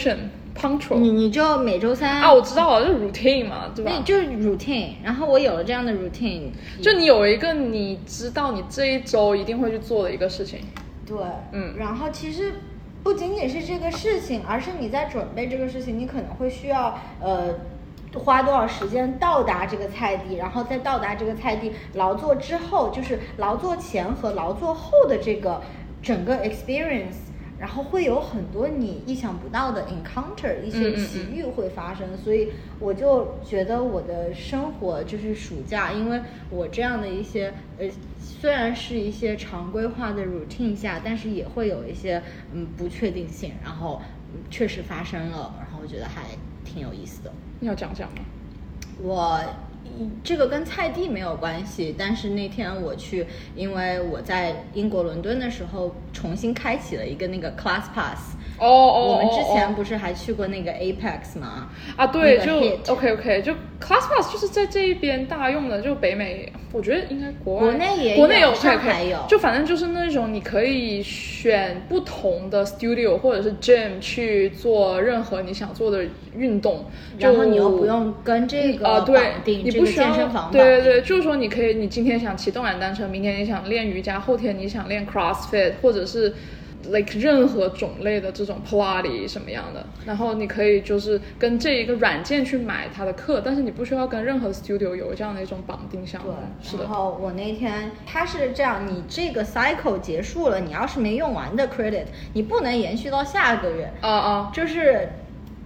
punctual 你就每周三啊，我知道了，就是 routine 嘛，对吧？ 就是 routine。然后我有了这样的 routine， 就你有一个你知道你这一周一定会去做的一个事情。 对，然后其实不仅仅是这个事情，而是你在准备这个事情，你可能会需要花多少时间到达这个菜地，然后再到达这个菜地劳作之后，就是劳作前和劳作后的这个整个 experience， 然后会有很多你意想不到的 encounter， 一些奇遇会发生。所以我就觉得我的生活就是暑假，因为我这样的一些虽然是一些常规化的 routine 下，但是也会有一些不确定性，然后确实发生了，然后我觉得还挺有意思的。 你要讲吗？ 我这个跟菜地没有关系，但是那天我去，因为我在英国伦敦的时候重新开启了一个那个 Class Pass。我们之前不是还去过那个 Apex 吗？ 啊，对，就 OK， 就 Class Pass 就是在这一边大用的，就北美，我觉得应该国内有， 上海有， 就反正就是那种你可以选不同的 studio 或者是 gym 去做任何你想做的运动， 然后你又不用跟这个绑定， 你不需要这个健身房对，就是说你可以，你今天想骑动感单车，明天你想练瑜伽，后天你想练 CrossFit， 或者是like 任何种类的这种 Pilates 什么样的，然后你可以就是跟这一个软件去买它的课，但是你不需要跟任何 studio 有这样的一种绑定项目。是的。 然后我那天它是这样，你这个 cycle 结束了，你要是没用完的 credit， 你不能延续到下个月。就是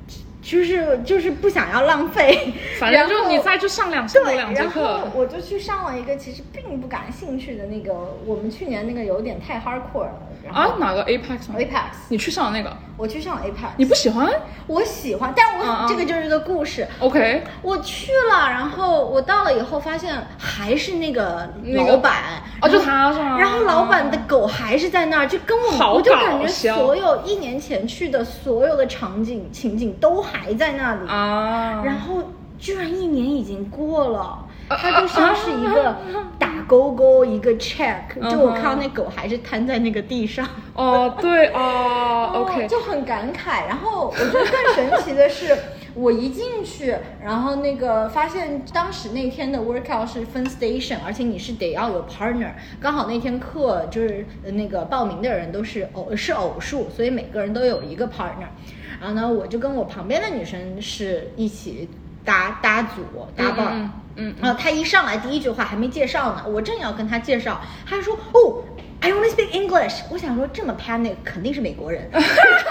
就是不想要浪费， 反正就你再去上2节课， 然后我就去上了一个其实并不感兴趣的那个，我们去年那个有点太 hardcore 了。 啊，哪个 Apex？Apex， 你去上那个？ 我去上 Apex。 你不喜欢？ 我喜欢，但我这个就是一个故事。 OK， 我去了，然后我到了以后发现还是那个老板， 就他是吗？ 然后老板的狗还是在那儿，就跟我就感觉所有1年前去的所有的情景都还在那里啊，然后居然1年已经过了。它就像是一个打勾勾，一个 check， 就我看到那狗还是瘫在那个地上。 哦，对啊 ，OK， 就很感慨。然后我觉得更神奇的是，我一进去，然后那个发现当时那天的 workout 是分 station， 而且你是得要有 partner。刚好那天课就是那个报名的人都是偶数，所以每个人都有一个 partner。然后呢，我就跟我旁边的女生是一起搭组搭伴。然后他一上来第一句话还没介绍呢，我正要跟他介绍，他就说哦 I only speak English。 我想说这么 panic 肯定是美国人。Oh my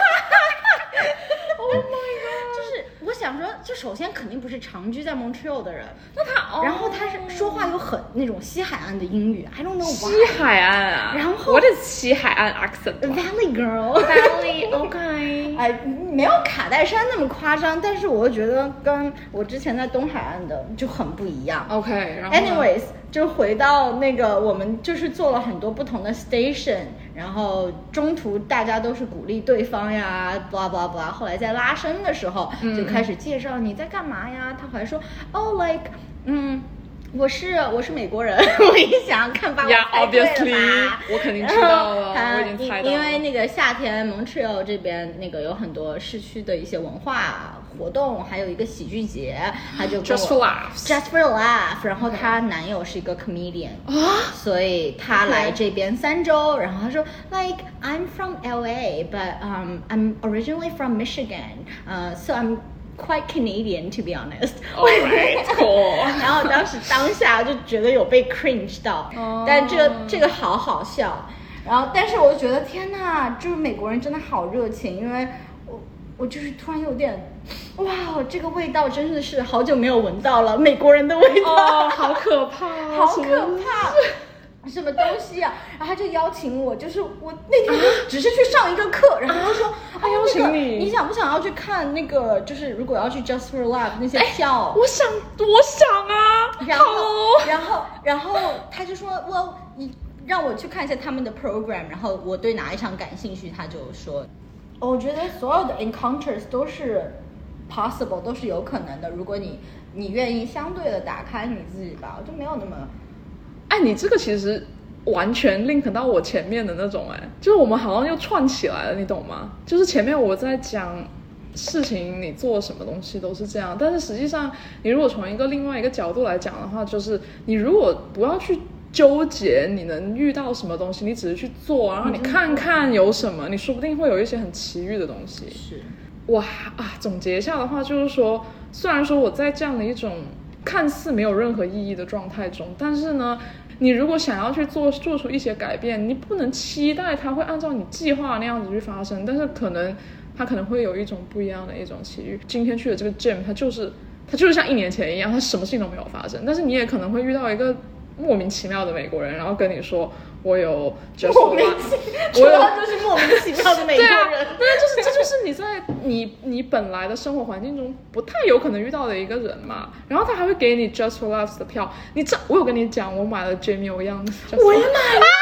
god， 就是我想说，就首先肯定不是长居在 Montreal 的人， 那他然后他是说话有很那种西海岸的英语 I don't know why。 西海岸啊， 然后 What is 西海岸 accent？ Valley girl Valley OK 哎，没有卡戴珊那么夸张，但是我觉得跟我之前在东海岸的就很不一样。 OK， 然后 anyways 就回到那个我们就是做了很多不同的 station， 然后中途大家都是鼓励对方呀 blah blah blah， 后来在拉伸的时候就开始介绍你在干嘛呀，他还说oh like我是美国人。我一想看把我猜对了吧。 Yeah, obviously， 我肯定知道了，我已经猜到了。 因为那个夏天 Montreal 这边那个有很多市区的一些文化活动，还有一个喜剧节，他就跟我 Just for laugh， 然后她男友是一个 comedian， 所以他来这边3周，然后他说 like I'm from LA but I'm originally from Michigan， so I'm quite Canadian to be honest。 Alright, cool。 然后当下就觉得有被 cringe 到，但这个好笑。然后但是我就觉得天哪，就是美国人真的好热情，因为我就是突然有点哇，这个味道真的是好久没有闻到了，美国人的味道。 好可怕， 好可怕。什么东西啊？然后他就邀请我，就是我那天只是去上一个课，然后他说他邀请你， 你想不想要去看那个？就是如果要去 Just for Love 那些票， 我想啊。 然后他就说让我去看一下他们的 program， 然后我对哪一场感兴趣，他就说，我觉得所有的 encounters 都是 possible， 都是有可能的。如果你愿意相对的打开你自己吧，就没有那么。 哎，你这个其实完全 link 到我前面的那种，就是我们好像又串起来了，你懂吗？就是前面我在讲事情，你做什么东西都是这样，但是实际上你如果从另外一个角度来讲的话，就是你如果不要去纠结你能遇到什么东西，你只是去做，然后你看看有什么，你说不定会有一些很奇遇的东西。 是， 哇啊！总结一下的话，就是说，虽然说我在这样的一种看似没有任何意义的状态中，但是呢，你如果想要去做出一些改变，你不能期待它会按照你计划那样子去发生，但是它可能会有一种不一样的一种奇遇。今天去的这个 gym， 它就是像1年前一样，它什么事情都没有发生，但是你也可能会遇到一个莫名其妙的美国人，然后跟你说我有 just 莫名其妙，就是莫名其妙的美国人。 对啊，这就是你在你本来的生活环境中不太有可能遇到的一个人嘛。然后他还会给你 Just for Laughs 的票，我有跟你讲，我买了 Jamie O Young， 我也买了。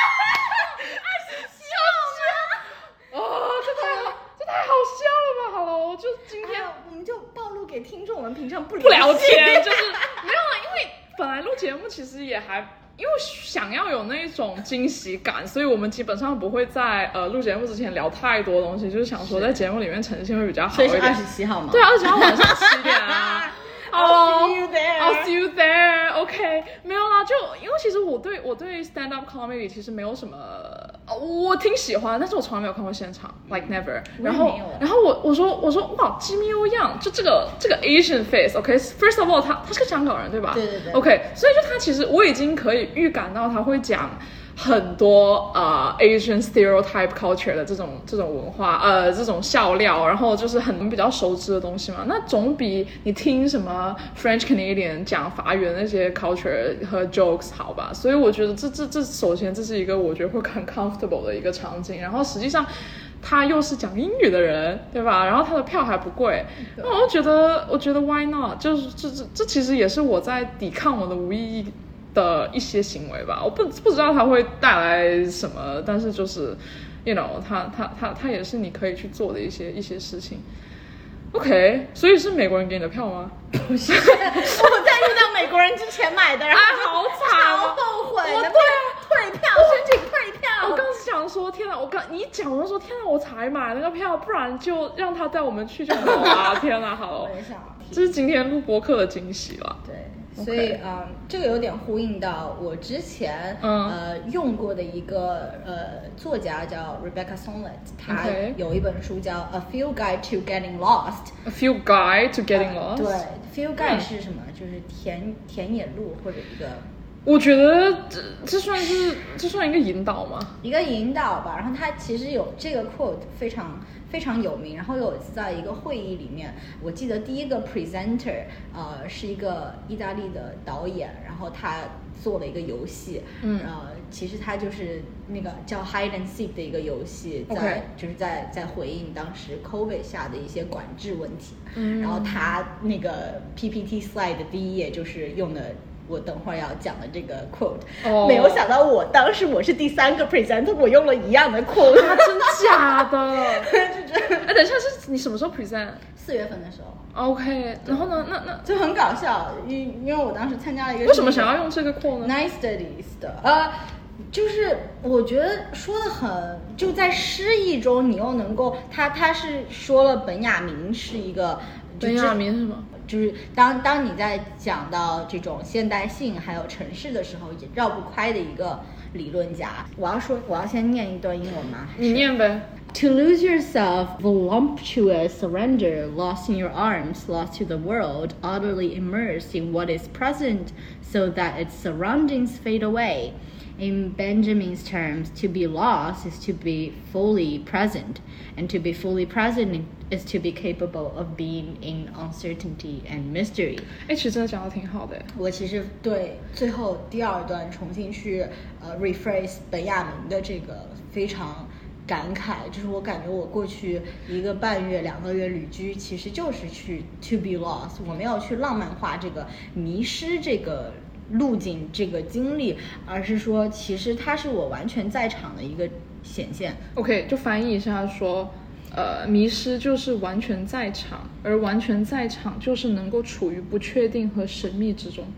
这太好笑了吧！好了，我就今天我们就暴露给听众，我们平常不聊天，就是没有啊，因为本来录节目其实也还。因为想要有那种惊喜感，所以我们基本上不会在录节目之前聊太多东西，就是想说在节目里面呈现会比较好一点。 所以是27号吗？ 对，27号晚上7点啊。 I'll see you there. I'll see you there. OK， 没有啦，就因为其实我对 stand up comedy 其实没有什么，我挺喜欢，但是我从来没有看过现场 ，like never。然后我说哇 ，Jamie O Young 就这个 Asian face，OK，First of all， 他是个香港人对吧？ 对对对。 OK， 所以就他其实我已经可以预感到他会讲很多Asian stereotype culture 的这种文化这种笑料，然后就是很比较熟知的东西嘛，那总比你听什么 French Canadian 讲法语的那些 culture 和 jokes 好吧。所以我觉得这首先这是一个我觉得会很 comfortable 的一个场景，然后实际上他又是讲英语的人，对吧？然后他的票还不贵，那我觉得 why not？ 就是这其实也是我在抵抗我的无意义的一些行为吧。我不知道它会带来什么，但是就是，you know， 它也是你可以去做的一些事情。OK， 所以是美国人给你的票吗？ 不是，我在遇到美国人之前买的，然后好惨啊， 超后悔， 对啊， 退票，申请退票。 我刚是想说，天哪！你一讲，我就说天哪，我才买那个票，不然就让他带我们去就好了。天哪，好，这是今天录播客的惊喜了。 对，所以这个有点呼应到我之前用过的一个作家叫 Rebecca Solnit， 她有一本书叫 A Field Guide to Getting Lost。A Field Guide to Getting Lost。 对 ，Field Guide 是什么？就是田野路或者一个。 我觉得这算一个引导吗？ 一个引导吧。然后他其实有这个 quote 非常非常有名。然后有一次在一个会议里面，我记得第一个 presenter 是一个意大利的导演，然后他做了一个游戏，其实他就是那个叫 hide and seek 的一个游戏，就是在回应当时 COVID 下的一些管制问题。然后他那个 PPT slide 的第一页就是用的我等会儿要讲的这个 quote，没有想到我当时我是第3个 presenter， 我用了一样的 quote， 真假的？等一下，是你什么时候 present？ 4月份的时候。 OK， 然后呢？那就很搞笑，因为我当时参加了一个为什么想要用这个 quote 呢 ？Nice Studies 的就是我觉得说的很，就在诗意中，你又能够，他是说了本雅明是一个， 本雅明是什么？ 就是当你在讲到这种现代性还有城市的时候，也绕不开的一个理论家。我要先念一段英文吗？ 你念呗。 To lose yourself, voluptuous surrender, lost in your arms, lost to the world, utterly immersed in what is present, so that its surroundings fade away. In Benjamin's terms, to be lost is to be fully present, and to be fully present is to be capable of being in uncertainty and mystery. 其实真的讲得挺好的。 我其实对最后第2段重新去rephrase 本雅明的这个非常感慨，就是我感觉我过去1个半月、2个月旅居，其实就是去 to be lost， 我没有去浪漫化这个迷失这个路径这个经历，而是说其实它是我完全在场的一个显现。 OK， 就翻译一下说迷失就是完全在场，而完全在场就是能够处于不确定和神秘之中。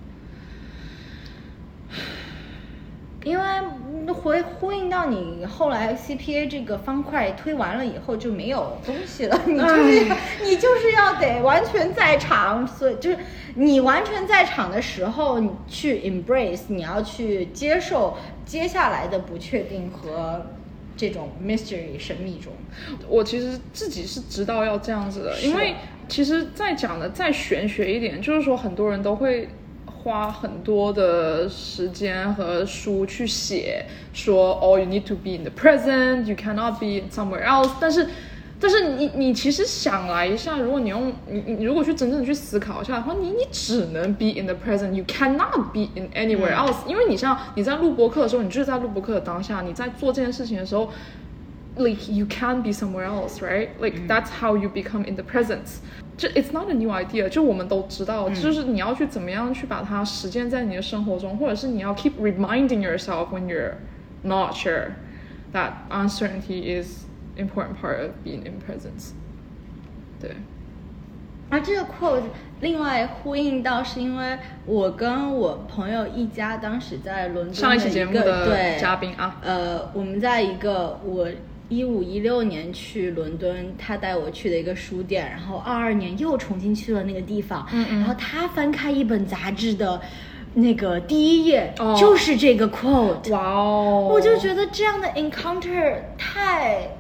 因为呼应到你后来 CPA 这个方块推完了以后就没有东西了，你就是要得完全在场，所以就是你完全在场的时候，你去 embrace， 你要去接受接下来的不确定和这种 mystery 神秘中。 我其实自己是知道要这样子的，因为其实再讲的再玄学一点，就是说很多人都会花很多的时间和书去写说you need to be in the present, you cannot be somewhere else， 但是你其实想来一下，如果你如果去真正的去思考一下的话，你只能 be in the present, you cannot be in anywhere else，因为你像你在录播课的时候，你就是在录播课的当下，你在做这件事情的时候，like you can't be somewhere else, right? Like that's how you become in the present. 就 it's not a new idea， 就我们都知道，就是你要去怎么样去把它实践在你的生活中，或者是你要 keep reminding yourself when you're not sure that uncertainty is important part of being in presence。 对。 这个 quote 另外呼应到是因为我跟我朋友一家当时在伦敦的上一期节目的嘉宾啊， 我们在一个我15-16年去伦敦，他带我去的一个书店，然后22年又重新去了那个地方，然后他翻开一本杂志的那个第一页就是这个 quote， 哇哦！ 我就觉得这样的 encounter 太，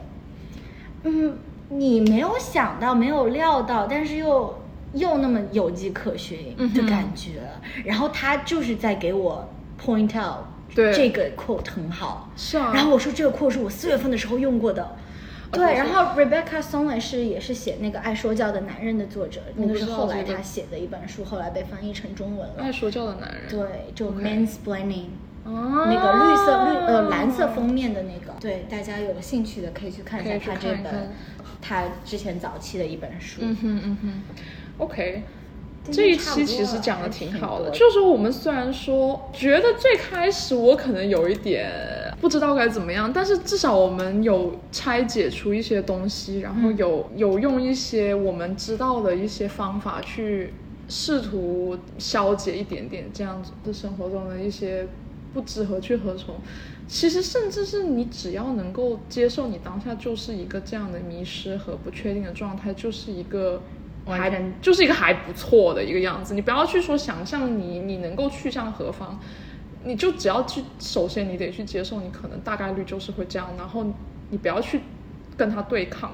你没有想到，没有料到，但是又那么有迹可循的感觉，然后他就是在给我 point out 对， 这个 quote 很好。 是啊。 然后我说这个 quote 是我4月份的时候用过的。对，然后 Rebecca Solnit 也是写那个爱说教的男人的作者，那个是后来他写的一本书，后来被翻译成中文了。 爱说教的男人。 对，就 Mansplaining。那个蓝色封面的那个，对，大家有兴趣的可以去看一下他这本，他之前早期的一本书。 OK， 这一期其实讲的挺好的，就是我们虽然说觉得最开始我可能有一点不知道该怎么样，但是至少我们有拆解出一些东西，然后有用一些我们知道的一些方法去试图消解一点点这样子的生活中的一些不知何去何从。其实甚至是你只要能够接受你当下就是一个这样的迷失和不确定的状态，就是一个还不错的一个样子。你不要去说想象你能够去向何方，你就只要去，首先你得去接受你可能大概率就是会这样，然后你不要去跟他对抗。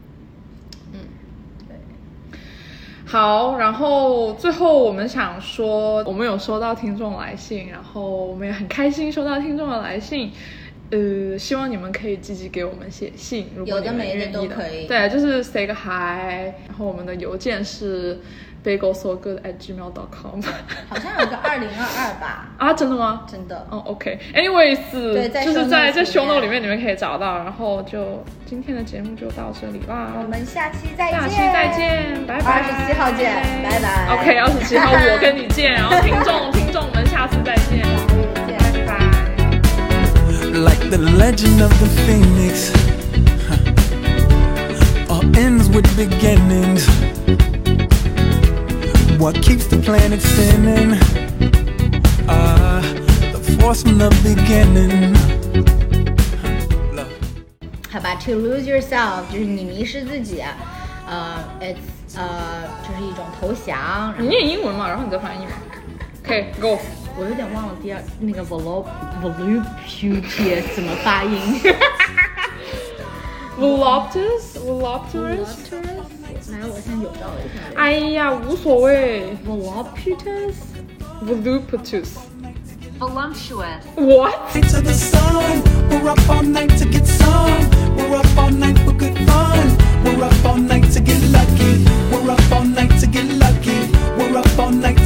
好，然后最后我们想说，我们有收到听众来信，然后我们也很开心收到听众的来信，希望你们可以积极给我们写信，如果你们愿意的， 有的没的都可以。 对，就是 say 个 hi， 然后我们的邮件是 bagelsogood@gmail.com， 好像有个2022吧？ 啊，真的吗？ 真的。 哦 ，OK，anyways，就是在 show note 里面你们可以找到，然后就今天的节目就到这里啦， 我们下期再见， 拜拜 ，27号见，拜拜。 OK， 27号我跟你见，然后听众们下次再见，拜拜。 Like the legend of the phoenix, all ends with beginnings. What keeps the planet spinning? The force from the beginning. 好吧 ，to lose yourself 就是你迷失自己，it's 就是一种投降。 你念英文嘛，然后你再翻译嘛。OK， go。 我有点忘了第二那个 voluptuous 怎么发音。 voluptuous。 来，我先有照了一下。 哎呀，无所谓。 voluptuous。 What? To the sun, we're up all night to get some. We're up all night for good fun. We're up all night to get lucky. We're up all night to get lucky. We're up all night